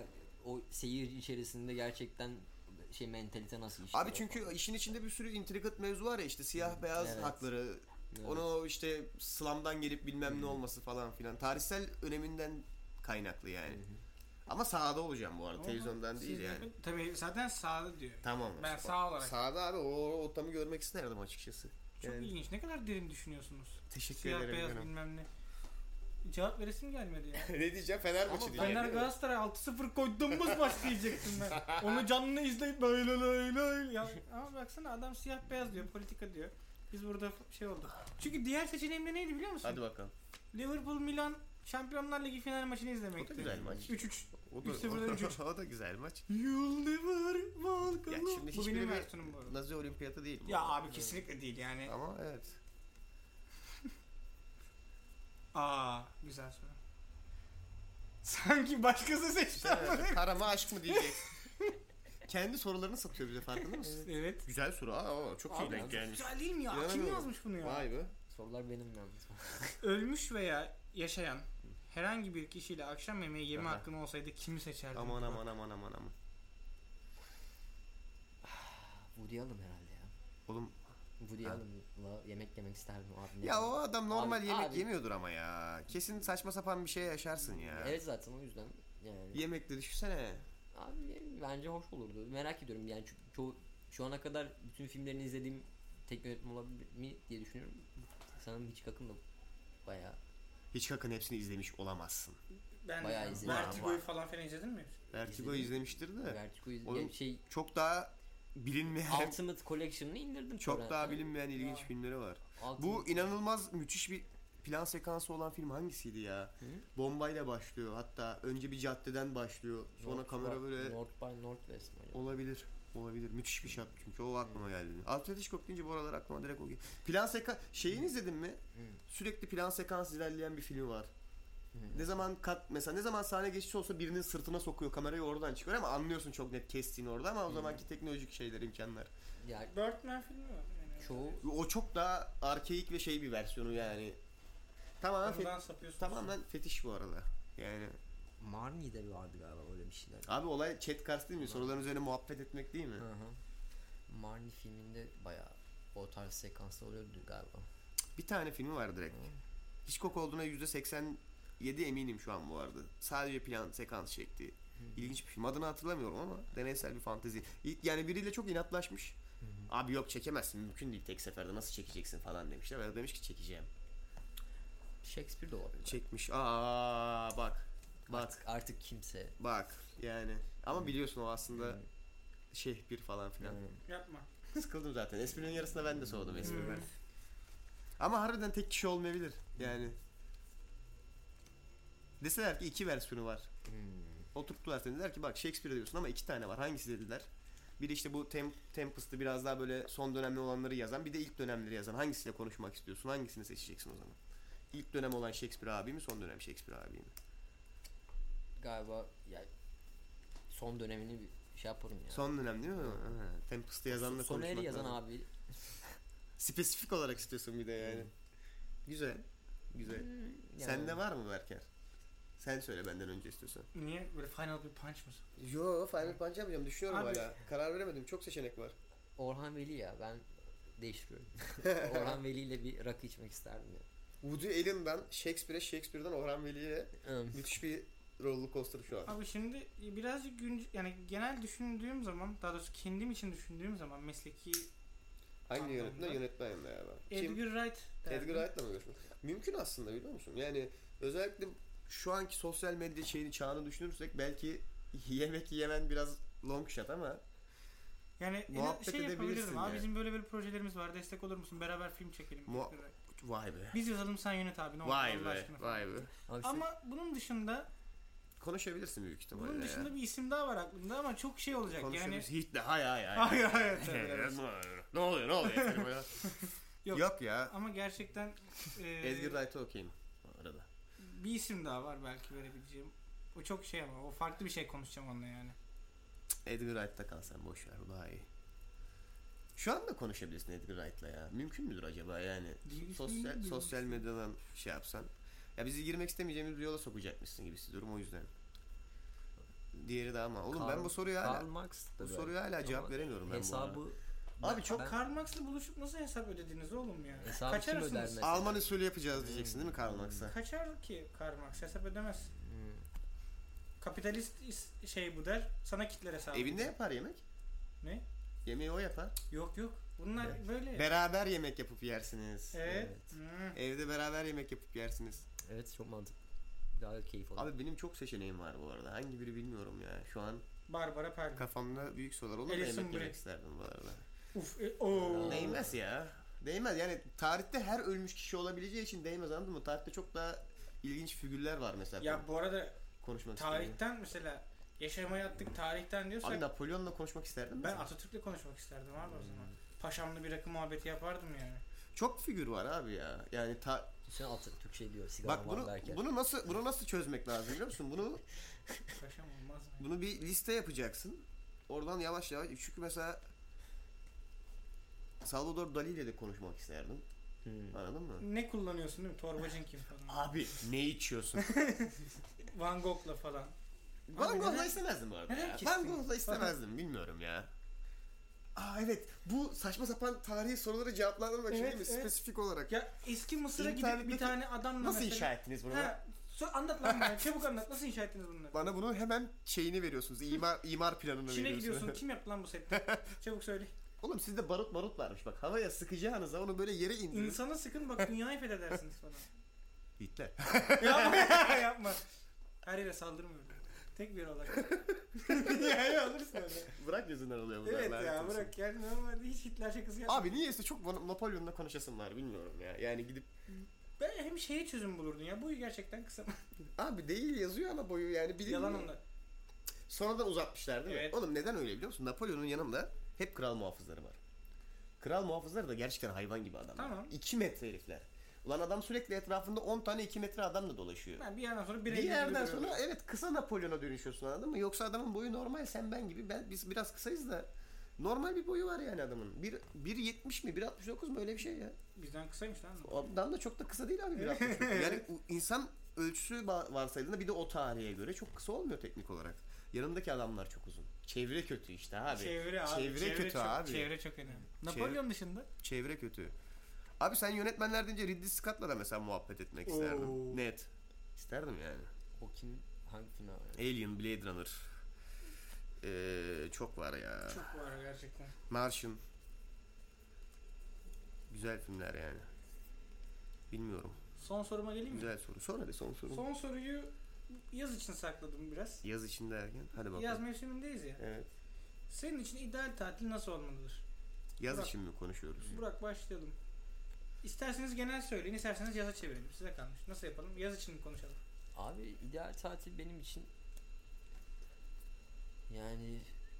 o seyir içerisinde gerçekten şey mentalite nasıl işliyor? Abi çünkü işin içinde bir sürü intricate mevzu var ya, işte siyah beyaz Evet. hakları. Evet. Onu işte slam'dan gelip bilmem ne olması falan filan. Tarihsel öneminden kaynaklı yani. Ama sahada olacağım bu arada. Ama Televizyondan değil siz yani. Tabii zaten sahada diyor. Tamam. Ben sağ olarak. Sahada abi o ortamı görmek isterdim açıkçası. Çok Yani. ilginç. Ne kadar derin düşünüyorsunuz. Teşekkür Siyah ederim beyaz canım. bilmem ne. Cevap veresim gelmedi ya. Ne diyeceğim? Fener maçı diyeceğim. Fener Galatasaray 6-0 koyduğumuz maç diyecektim ben. Onu canlı izleyip lay lay lay lay. Ya, ama baksana adam siyah beyaz diyor, politika diyor. Biz burada şey olduk. Çünkü diğer seçeneğim de neydi biliyor musun? Hadi bakalım. Liverpool Milan Şampiyonlar Ligi final maçını izlemekti. O da güzel maç. 3-3. O da, 3-0'dan 3-3. o da güzel maç. You'll never walk Ya alone. şimdi Bu hiçbiri benim bir versiyonum bu arada. Nazi olimpiyatı değil bu. Ya abi kesinlikle değil yani. Ama evet. Güzel soru. Sanki başkası seçti ama. Para mı aşk mı diyecek. Kendi sorularını satıyor bize, farkında mısın? Evet. Güzel soru. Çok iyi Abi, denk gelmiş. güzel değil mi ya? Kim İnanamıyorum. yazmış bunu ya? Vay be. Sorular benim yalnız. Ölmüş veya yaşayan herhangi bir kişiyle akşam yemeği yeme Aha. hakkın olsaydı kimi seçerdin? Aman aman aman aman aman. Woody Allen herhalde ya. Oğlum Woody Ha. Allen'la yemek yemek isterdim abi. ya o adam normal Abi- yemek abi- yemiyordur ama ya. Kesin saçma sapan bir şey yaşarsın ya. Evet zaten o yüzden yani. Yemekte düşünsene. Abi bence hoş olurdu. Merak ediyorum yani şu ana kadar bütün filmlerini izlediğim tek yönetmen olabilir mi diye düşünüyorum. Sanırım Hitchcock'ın da bayağı. Hitchcock'ın hepsini izlemiş olamazsın. Ben Bayağı de. izledim. Vertigo'yu falan filan izledin mi? Vertigo İzledim. izlemiştir de. Vertigo'yu Oğlum, şey Çok daha bilinmeyen, Ultimate Collection'ını indirdim. çok torrentten. daha bilinmeyen ilginç Ya. filmleri var. Ultimate- Bu inanılmaz müthiş bir plan sekansı olan film hangisiydi ya? Hı? Bombayla başlıyor. Hatta önce bir caddeden başlıyor. Sonra North kamera by- böyle North by Northwest mi acaba? olabilir. Olabilir. Müthiş bir shot çünkü o aklıma geldi. Alfred Hitchcock deyince bu aralar aklıma direkt o geliyor. Plan sekans şeyini izledin mi? Hı. Sürekli plan sekans ilerleyen bir film var. Hı. Ne zaman mesela ne zaman sahne geçişi olsa birinin sırtına sokuyor kamerayı, oradan çıkıyor ama anlıyorsun çok net kestiğini orada, ama o zamanki teknolojik şeyler, imkanlar. Yani Birdman filmi var. Yani. çoğu O çok daha arkeik ve şey bir versiyonu yani. Ondan sapıyorsun. Tamamen fetiş bu arada. Yani Marnie'de vardı galiba öyle bir şeyler. abi olay chat cast değil mi? Soruların üzerine muhabbet etmek değil mi? Hı hı. Marnie filminde bayağı o tarz sekanslar oluyordu galiba. Bir tane filmi var direkt. Hitchcock olduğuna %87 eminim şu an bu arada. Sadece plan sekans çektiği. İlginç bir film. Adını hatırlamıyorum ama deneysel bir fantezi. Yani biriyle çok inatlaşmış. Abi yok çekemezsin, mümkün değil, tek seferde nasıl çekeceksin falan demişler. Ve demiş ki çekeceğim. Shakespeare de olabilir. Çekmiş. Bak. Artık kimse. Bak yani. Ama biliyorsun o aslında bir falan filan. Yani. Yapma. Sıkıldım zaten. Esprinin yarısında ben de soğudum espriden. Hmm. Ama harbiden tek kişi olmayabilir. Yani. Deseler ki 2 versiyonu var. Oturttular seni, dediler ki bak Shakespeare diyorsun ama 2 tane var. Hangisi dediler. Biri işte bu Tempest'ı biraz daha böyle son dönemli olanları yazan, bir de ilk dönemleri yazan. Hangisiyle konuşmak istiyorsun? Hangisini seçeceksin o zaman? İlk dönem olan Shakespeare abi mi, son dönem Shakespeare abi mi? Galiba yani son dönemini bir şey yaparım ya. Son dönem değil mi? Ha, Tempest'ı yazanla konuşmak Soneri yazan lazım. abi. Spesifik olarak istiyorsun bir de yani. Güzel. Güzel. Yani. Sende var mı Berker? Sen söyle benden önce istiyorsan. Niye? Böyle final bir punch mısın? Yo, Final Punch yapacağım. Düşünüyorum Abi. hala. Karar veremedim. Çok seçenek var. Orhan Veli ya ben değiştiriyorum. Orhan Veli ile bir rakı içmek isterdim ya. Woody Allen'dan Shakespeare'e, Shakespeare'dan Orhan Veli'ye müthiş bir roller coaster şu an. Abi şimdi birazcık yani genel düşündüğüm zaman, daha doğrusu kendim için düşündüğüm zaman mesleki Hangi anlamda. yönetmen? Yönetmen yanında ya ben. Kim? Edgar Wright derdim. Edgar Wright'la mı görüşmek? Mümkün aslında, biliyor musun? Yani özellikle şu anki sosyal medya çağını düşünürsek belki yemek yemen biraz long shot ama Yani muhabbet şey edebilirsin yapabilirdim. Abi yani. bizim böyle projelerimiz var. Destek olur musun? Beraber film çekelim. Mu- Edgar Wright. vay be. Biz yazalım, sen yönet abi. Ne olur Vay Allah be. aşkına falan. Vay be. Abi işte Ama bunun dışında Konuşabilirsin büyük ihtimalle. bunun dışında bir isim daha var aklımda ama çok şey olacak yani. Konuşabilirsin. Hitler. Hayır. Hayır tabii, evet. Ne oluyor efendim ya? Yok. Yok ya. Ama gerçekten Edgar Wright'a okeyim arada. bir isim daha var belki verebileceğim. O çok şey ama o farklı bir şey konuşacağım onunla yani. Edgar Wright'ta kal sen, boş ver, o daha iyi. Şu anda konuşabilirsin Edgar Wright'la ya. Mümkün müdür acaba yani? Sosyal medyadan şey yapsan. Ya bizi girmek istemeyeceğimiz bir yola sokacakmışsın gibi hissediyorum, o yüzden. Diğeri de ama. Oğlum ben bu soruya Karl hala Marx da bu böyle. soruya hala cevap Ama veremiyorum ben bu hesabı arada. Abi çok ben- Karl Marx'la buluşup nasıl hesap ödediniz oğlum ya? Hesabı Kaç kim arasınız? öder mesela? Alman usulü yapacağız diyeceksin değil mi Karl Marx'a? Kaçar ki Karl Marx hesap ödemez. Hmm. Kapitalist şey bu der. Sana kitler hesabı. Evinde yapar yemek. Ne? Yemeği o yapar. Yok yok. Bunlar Evet. böyle. Beraber yemek yapıp yersiniz. Evet. Evet. Hmm. Evde beraber yemek yapıp yersiniz. Evet, çok mantıklı. Daha keyif alır. Abi benim çok seçeneğim var bu arada. Hangi biri bilmiyorum ya. Şu an Barbara Palmer. kafamda büyük sorular. Onu da Alison yemek Brie. yemek isterdim bu arada. Uf. Oo. Değmez ya. Değmez yani tarihte her ölmüş kişi olabileceği için değmez, anladın mı? Tarihte çok daha ilginç figürler var mesela. Ya bu arada Konuşmak isterdim. tarihten mesela yaşamaya attık tarihten diyorsak Abi Napolyon'la konuşmak isterdim. ben mesela. Atatürk'le konuşmak isterdim abi o zaman. Paşamlı bir rakı muhabbeti yapardım yani. Çok figür var abi ya. Yani Sen Atatürk şey diyor, sigara bak var derken. bunu nasıl çözmek lazım biliyor musun? Paşam olmaz mı? Bunu bir liste yapacaksın. Oradan yavaş yavaş, çünkü mesela Salvador Dali ile de konuşmak isterdim. Anladın mı? Ne kullanıyorsun değil mi? Torbacın kim falan. Abi ne içiyorsun? Van Gogh'la falan. Van Abi Gogh'la neden- istemezdim bu arada neden ya. kestin? Van Gogh'la istemezdim, bilmiyorum ya. Aa evet, bu saçma sapan tarihi soruları cevaplandırmak için Evet, değil mi? evet. Spesifik olarak. Ya eski Mısır'a gidip İnternetteki- bir tane adamla Nasıl mesela... inşa ettiniz bunu? Ha, anlat lan bana. Çabuk anlat. Nasıl inşa ettiniz bunları? Bana bunu hemen şeyini veriyorsunuz. İmar planını Çin'e veriyorsunuz. gidiyorsun. Kim yaptı lan bu seti? Çabuk söyle. Oğlum sizde barut varmış bak. Havaya sıkacağınıza onu böyle yere indirin. İnsana sıkın bak dünyayı fethedersiniz falan. Hitler. Yapma. Yapma. Her yere saldırmıyorum. Tek bir yere olarak. Dünyayı alırsın öyle. Bırak yüzünden oluyor bunlar. Evet lanet ya olsun. bırak. Yani normalde hiç Hitler şakası yapma. Abi niyeyse çok Napolyon'la konuşasım var, bilmiyorum ya. Yani gidip Ben hem şeye çözüm bulurdun ya. Boyu gerçekten kısa. abi değil yazıyor ama boyu yani bilinmiyor. Yalan onlar. Sonradan uzatmışlar değil mi? Evet. Oğlum neden öyle biliyor musun? Napolyon'un yanında hep kral muhafızları var. Kral muhafızları da gerçekten hayvan gibi adamlar. Tamam. 2 metre herifler. Ulan adam sürekli etrafında 10 tane 2 metre adamla dolaşıyor. Ben bir yerden sonra Bir yerden sonra evet kısa Napolyon'a dönüşüyorsun, anladın mı? Yoksa adamın boyu normal, sen ben gibi. Biz biraz kısayız da normal bir boyu var yani adamın. 1.70 mi 1.69 mu, öyle bir şey ya. Bizden kısaymış lan. O adam da çok da kısa değil abi 1.69. Yani insan ölçüsü varsaydığında bir de o tarihe göre çok kısa olmuyor teknik olarak. Yanındaki adamlar çok uzun. Çevre kötü işte abi. Çevre abi. Çevre kötü çok, abi. Çevre çok önemli. Napolyon dışında. Çevre kötü. Abi sen yönetmenler deyince Ridley Scott'la da mesela muhabbet etmek isterdim. Oo. Net. İsterdim yani. O kim? Hangi film var? Alien, Blade Runner. Çok var ya. Çok var gerçekten. Martian. Güzel filmler yani. Bilmiyorum. Son soruma geleyim mi? Güzel soru. Sonra de son soru. Son soruyu yaz için sakladım biraz. Yaz içinde erken. Hadi bakalım. Yaz mevsimindeyiz ya. Evet. Senin için ideal tatil nasıl olmalıdır? Yaz Burak. için mi konuşuyoruz? Burak başlayalım. İsterseniz genel söyleyin, isterseniz yaza çevirelim. Size kalmış. Nasıl yapalım? Yaz için mi konuşalım? Abi ideal tatil benim için yani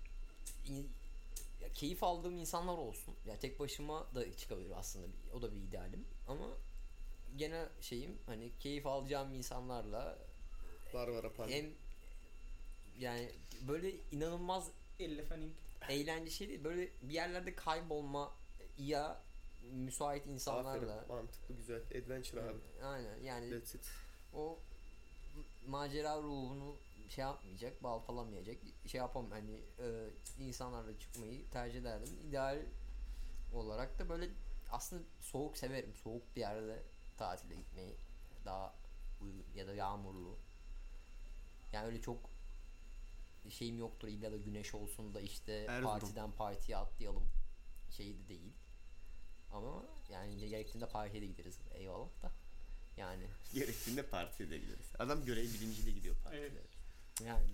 ya keyif aldığım insanlar olsun. Ya tek başıma da çıkabilir aslında. O da bir idealim. Ama genel şeyim hani keyif alacağım insanlarla Barbara Palmer. hem yani böyle inanılmaz Ellefaning. eğlence şey değil. Böyle bir yerlerde kaybolma ya müsait insanlarla. Aferin. Mantıklı, güzel. Adventure abi. Aynen yani That's it. o macera ruhunu şey yapmayacak, baltalamayacak, şey yapamam hani insanlarla çıkmayı tercih ederdim. İdeal olarak da böyle aslında soğuk severim. Soğuk bir yerde tatile gitmeyi daha uygun ya da yağmurlu. Yani öyle çok şeyim yoktur illa da güneş olsun da işte Erzurum. partiden partiye atlayalım şeyi de değil. Ama yani gerektiğinde partiye de gideriz eyvallah da. Yani Gerektiğinde partiye de gideriz. Adam görev bilinciyle gidiyor partiye. Evet. yani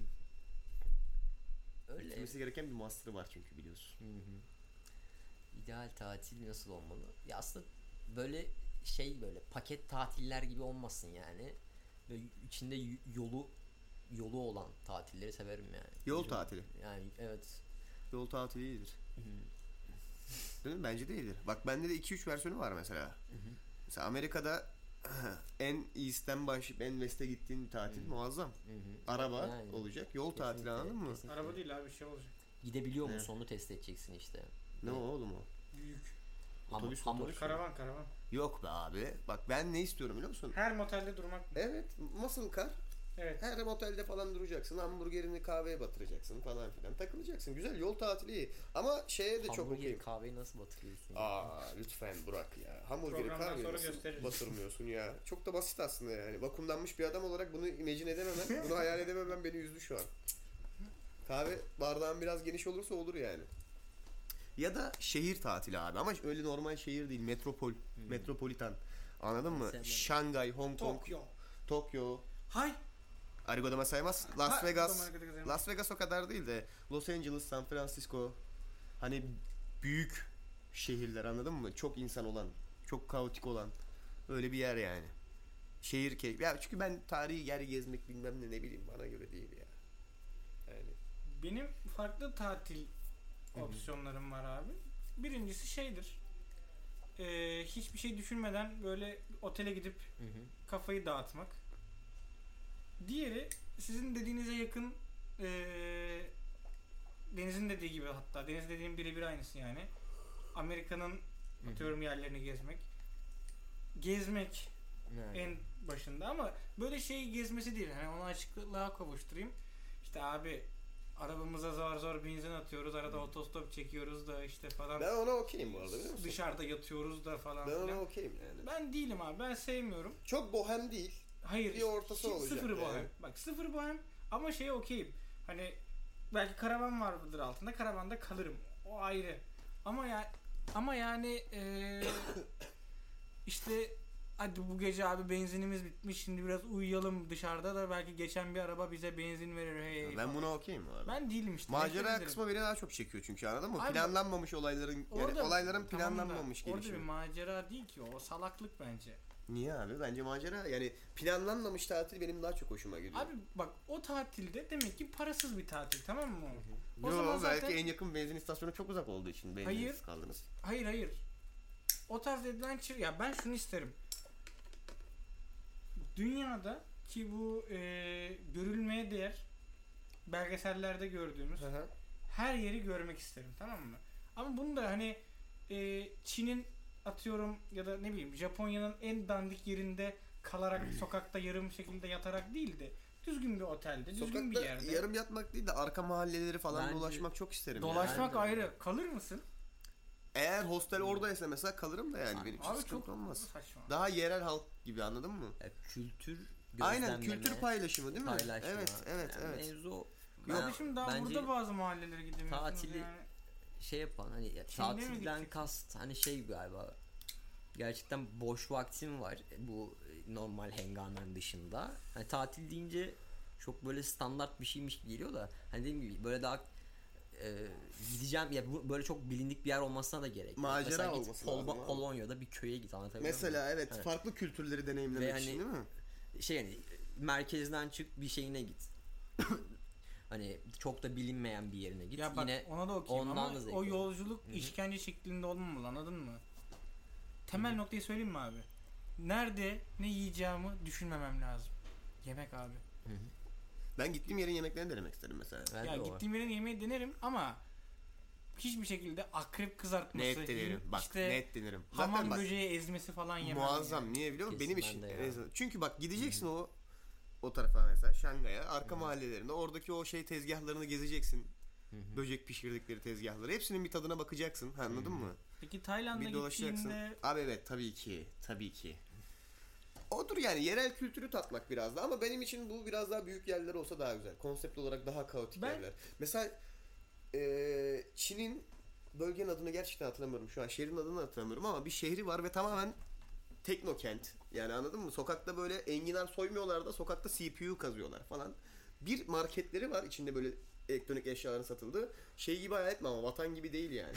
öyle. Gitmesi gereken bir master'ı var çünkü, biliyorsun. Hı hı. İdeal tatil nasıl olmalı? Ya aslında böyle şey böyle paket tatiller gibi olmasın yani. Böyle içinde yolu olan tatilleri severim yani. Yol Güzel. tatili. Yani evet. Yol tatili iyidir. Hı hı. Değil mi? Bence de iyidir. Bak bende de 2-3 versiyonu var mesela. Hı hı. Mesela Amerika'da en East'ten başlayıp en West'e gittiğin bir tatil muazzam. Hı hı. Araba Yani. olacak. Yol tatili, Kesinlikle, anladın mı? kesinlikle. Araba değil abi şey olacak. Gidebiliyor Ne? musun onu test edeceksin işte. Ne o oğlum o? Büyük. Otobüs, Hamur. otobüs. Karavan. Yok be abi. Bak ben ne istiyorum biliyor musun? Her motelde durmak mı? Evet. Muscle car. Evet. Her otelde falan duracaksın. Hamburgerini kahveye batıracaksın falan filan. Takılacaksın. Güzel, yol tatili iyi. Ama şeye de çok Hamburgeri okeyim. kahveyi nasıl batırıyorsun? Lütfen Burak ya. Hamburgeri Programdan kahveye sonra nasıl gösteririz. batırmıyorsun ya. Çok da basit aslında yani. Vakumlanmış bir adam olarak bunu imagine edememem. Bunu hayal edememem beni üzdü şu an. Kahve bardağın biraz geniş olursa olur yani. Ya da şehir tatili abi. Ama öyle normal şehir değil. Metropol. Metropolitan. Anladın mı? Mesela- Şangay, Hong Kong, Tokyo. Tokyo. Hay. Arigodama saymaz. Las Ha, Vegas. Arigodama. Las Vegas o kadar değil de Los Angeles, San Francisco. Hani büyük şehirler, anladın mı? Çok insan olan, çok kaotik olan öyle bir yer yani. Şehir keyfi. Ya çünkü ben tarihi yer gezmek bilmem ne bileyim, bana göre değil ya. Yani Benim farklı tatil opsiyonlarım var abi. Birincisi şeydir. Hiçbir şey düşünmeden böyle otele gidip Hı hı. kafayı dağıtmak. Diğeri sizin dediğinize yakın, Deniz'in dediği gibi, hatta Deniz dediğim birebir aynısı yani. Amerika'nın atıyorum yerlerini gezmek. Gezmek Evet. en başında, ama böyle şey gezmesi değil. Hani onu açıklığa kavuşturayım. İşte abi arabamıza zor zor benzin atıyoruz. Arada otostop çekiyoruz da işte falan. ben ona okeyim bu arada, biliyor musun? Dışarıda yatıyoruz da falan Ben ona filan. okeyim yani. Ben değilim abi. Ben sevmiyorum. Çok bohem değil. Hayır. Bir ortası hiç olacak Sıfır yani. bohem. Bak sıfır bohem, ama şeye okeyim. Hani belki karavan vardır altında. Karavanda kalırım. O ayrı. Ama yani işte hadi bu gece abi benzinimiz bitmiş. Şimdi biraz uyuyalım dışarıda da belki geçen bir araba bize benzin verir. Hey, Ben buna okeyim bu arada. ben değilim işte. Macera Nefret kısmı beni daha çok çekiyor çünkü, anladın mı? Abi, Planlanmamış olayların, yani Orada- olayların tamam da planlanmamış orada bir gelişimi. macera değil ki o. Salaklık bence. Niye abi? Bence macera, yani planlanmamış tatil benim daha çok hoşuma gidiyor. Abi bak, o tatilde demek ki parasız bir tatil, tamam mı? O Yo, zaman belki zaten en yakın benzin istasyonu çok uzak olduğu için benzinsiz Hayır. kaldınız. hayır. O tarz adventure, ya ben şunu isterim. Dünyada ki bu görülmeye değer belgesellerde gördüğümüz her yeri görmek isterim, tamam mı? Ama bunu da hani Çin'in atıyorum ya da ne bileyim Japonya'nın en dandik yerinde kalarak sokakta yarım şekilde yatarak değil de düzgün bir otelde, düzgün bir Sokakta yerde. yarım yatmak değil de arka mahalleleri falan Bence- dolaşmak çok isterim. Dolaşmak Yani. ayrı. Kalır mısın? Eğer hostel oradaysa mesela kalırım da yani, benim için Abi sıkıntı çok olmaz. saçma. Daha yerel halk gibi, anladın mı? Ya kültür Aynen, gözlemleme, kültür paylaşımı değil mi? paylaşma. Evet. Yani mevzu o. Kardeşim daha bence burada bazı mahallelere gidemiyorsunuz tatili- yani. şey yapan hani Çin'de mi tatilden gideceksin? kast hani şey galiba, gerçekten boş vaktim var bu normal hengamenin dışında. Hani tatil deyince çok böyle standart bir şeymiş gibi geliyor da hani dediğim gibi böyle daha gideceğim ya, böyle çok bilindik bir yer olmasına da gerek yok. Macera Mesela git olması lazım abi. Polonya'da bir köye git, anlatabiliyor muyum? Mesela evet, Evet. farklı kültürleri deneyimlemek Ve için hani- değil mi? Şey yani merkezden çık bir şeyine git. Hani çok da bilinmeyen bir yerine git. Ya bak, Yine ona da okuyayım ondan ama da zevk o alırım. yolculuk işkence şeklinde olmamalı, anladın mı? Temel noktayı söyleyeyim mi abi? Nerede ne yiyeceğimi düşünmemem lazım. Yemek abi. Ben gittiğim yerin yemeklerini denemek isterim mesela. Ben Ya de o var. gittiğim yerin yemeği denerim ama hiçbir şekilde akrep kızartması, Net denerim. Bak işte net denerim. hamam bak, böceği ezmesi falan yemem. muazzam. yani. Niye biliyor musun? Kesin Benim ben için. de ya. en azından. Çünkü bak gideceksin o tarafa mesela, Şangay'a, arka mahallelerinde oradaki o şey tezgahlarını gezeceksin. Böcek pişirdikleri tezgahları. Hepsinin bir tadına bakacaksın. Anladın mı? Peki Tayland'a Bir dolaşacaksın. gittiğinde Abi evet, tabii ki. Tabii ki. Odur yani, yerel kültürü tatmak biraz da, ama benim için bu biraz daha büyük yerler olsa daha güzel. Konsept olarak daha kaotik Ben- yerler. Mesela Çin'in, bölgenin adını gerçekten hatırlamıyorum şu an. Şehrin adını hatırlamıyorum ama bir şehri var ve tamamen teknokent. Yani anladın mı? Sokakta böyle enginar soymuyorlar da sokakta CPU kazıyorlar falan. Bir marketleri var içinde, böyle elektronik eşyaların satıldığı. Şey gibi hayal etme ama, vatan gibi değil yani.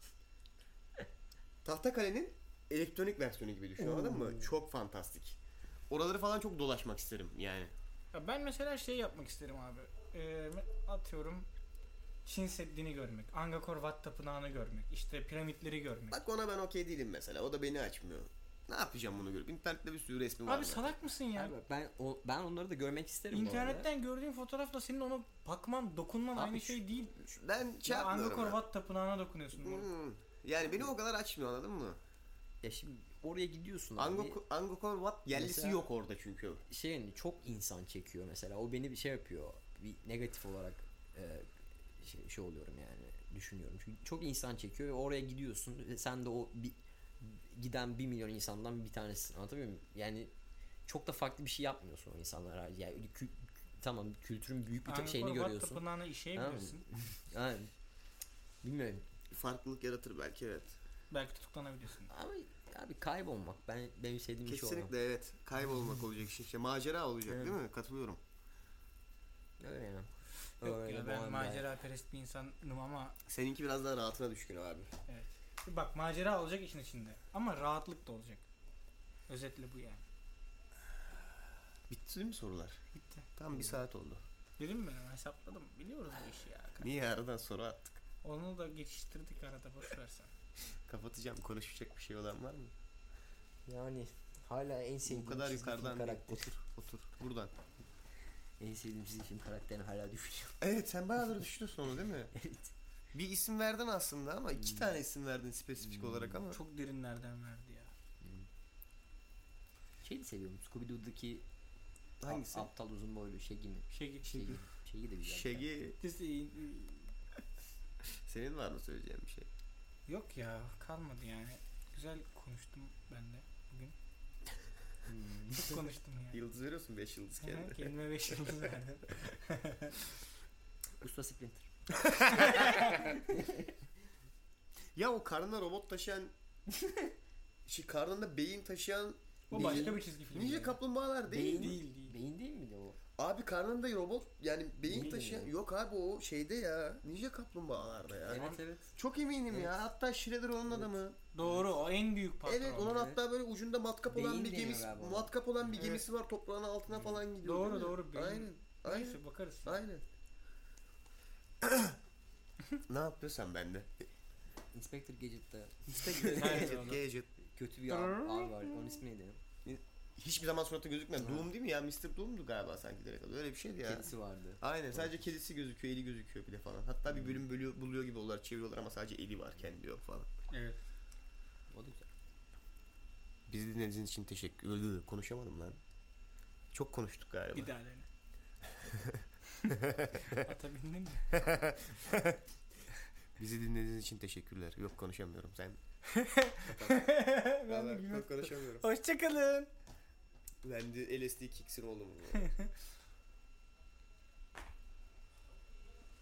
Tahtakale'nin elektronik versiyonu gibi düşün, anladın mı? Çok fantastik. Oraları falan çok dolaşmak isterim yani. ya ben mesela şey yapmak isterim abi. Atıyorum Çin Seddi'ni görmek, Angkor Wat Tapınağı'nı görmek, işte piramitleri görmek. Bak ona ben okey değilim mesela. O da beni açmıyor. Ne yapacağım bunu görüp? İnternette bir sürü resmi var. Abi salak mısın ya? Abi ben onları da görmek isterim bu arada. İnternetten gördüğün fotoğrafla senin ona bakman, dokunman Abi aynı şey değil. Ben şey Ya yapmıyorum Angkor ya. Wat Tapınağı'na dokunuyorsun. Yani beni o kadar açmıyor, anladın mı? Ya şimdi oraya gidiyorsun abi. Angkor Wat yerlisi Mesela- yok orada çünkü. Hani çok insan çekiyor mesela. O beni bir şey yapıyor. Bir negatif olarak şey oluyorum yani. Düşünüyorum. Çünkü çok insan çekiyor ve oraya gidiyorsun ve sen de o giden 1 milyon insandan bir tanesisin. Anlatabiliyor muyum? Yani çok da farklı bir şey yapmıyorsun o insanlara. Yani tamam, kültürün büyük bir şeyini Angkor Wat görüyorsun. tapınağına işeyebilirsin. Yani bilmiyorum. Farklılık yaratır belki, evet. Belki tutuklanabilirsin. Ama abi kaybolmak benim sevdiğim bir şey olmaz. Kesinlikle evet. Kaybolmak olacak işin işte. Macera olacak Evet. değil mi? Katılıyorum. Öyle yani. Yok Öyle ya, bu ben anda. macera perest bir insanım ama Seninki biraz daha rahatına düşkün abi. evet. Bak, macera olacak işin içinde ama rahatlık da olacak. Özetle bu yani. Bitti değil mi sorular? Bitti. Tam 1 saat oldu. Dedim mi, ben hesapladım. Biliyoruz bu işi ya. Niye aradan soru attık? Onu da geçiştirdik arada, boş versen. Kapatacağım. Konuşacak bir şey olan var mı? Yani hala en sevdiğim Bu kadar çizgi film yukarıdan değil. karakteri. Otur. Buradan. En sevdiğim çizgi film karakterini hala düşünüyorum. Evet, sen bayağıdır düşünüyorsun onu değil mi? Evet. Bir isim verdin aslında ama 2 tane isim verdin spesifik olarak ama. Çok derinlerden verdi ya. Şeyi de seviyorum. Scooby-Doo'daki Hangisi? aptal uzun boylu Shaggy mi? Şegi. Shaggy de güzel. Şegi. Dizi- Senin var mı söyleyeceğin bir şey? Yok ya, kalmadı yani. Güzel konuştum ben de bugün. Çok konuştum yani. Yıldız veriyorsun, 5 yıldız Hı hı, kendine. Kendime 5 yıldız verdim. Usta Splinter. Ya o karnına robot taşıyan karnında beyin taşıyan O başka bir çizgi film. Ninja yani. kaplumbağalar değil. Değil. Beyin değil mi de o? Abi karnında robot yani beyin Değil taşıyan mi? yok abi, o şeyde ya, Ninja kaplumbağalarda ya. Evet. Çok eminim Evet. ya. Hatta Shredder onun Evet. adamı. Doğru, o en büyük patron. Evet, onun Evet. hatta böyle ucunda matkap olan Beyin bir deniyor gemisi, galiba ona. matkap olan bir Evet. gemisi var, toprağın altına falan gidiyor. Doğru, değil mi? doğru, beyin. Aynen. Aynen. Neyse, bakarız. Aynen. Ne yapıyorsan ben de. Inspector Gadget'ta Aynen. Gadget. kötü bir abi var. Onun ismi neydi? Hiçbir zaman suratı gözükmez. Hı. Doom değil mi ya? Mr. Doom'du galiba sanki direkt. Öyle bir şeydi ya. Kedisi vardı. Aynen, sadece kedisi gözüküyor, eli gözüküyor bir de falan. Hatta bir bölüm buluyor gibi olarak çeviriyorlar ama sadece eli var, kendi yok falan. Evet. O da güzel. Bizi dinlediğiniz için teşekkür ederim. Konuşamadım lan. Çok konuştuk galiba. Bir daha dene. Atabildin mi? Bizi dinlediğiniz için teşekkürler. Yok, konuşamıyorum. Sen Ben de bilmiyorum. konuşamıyorum. Hoşçakalın. Ben de LSD Kicks'in oğlum.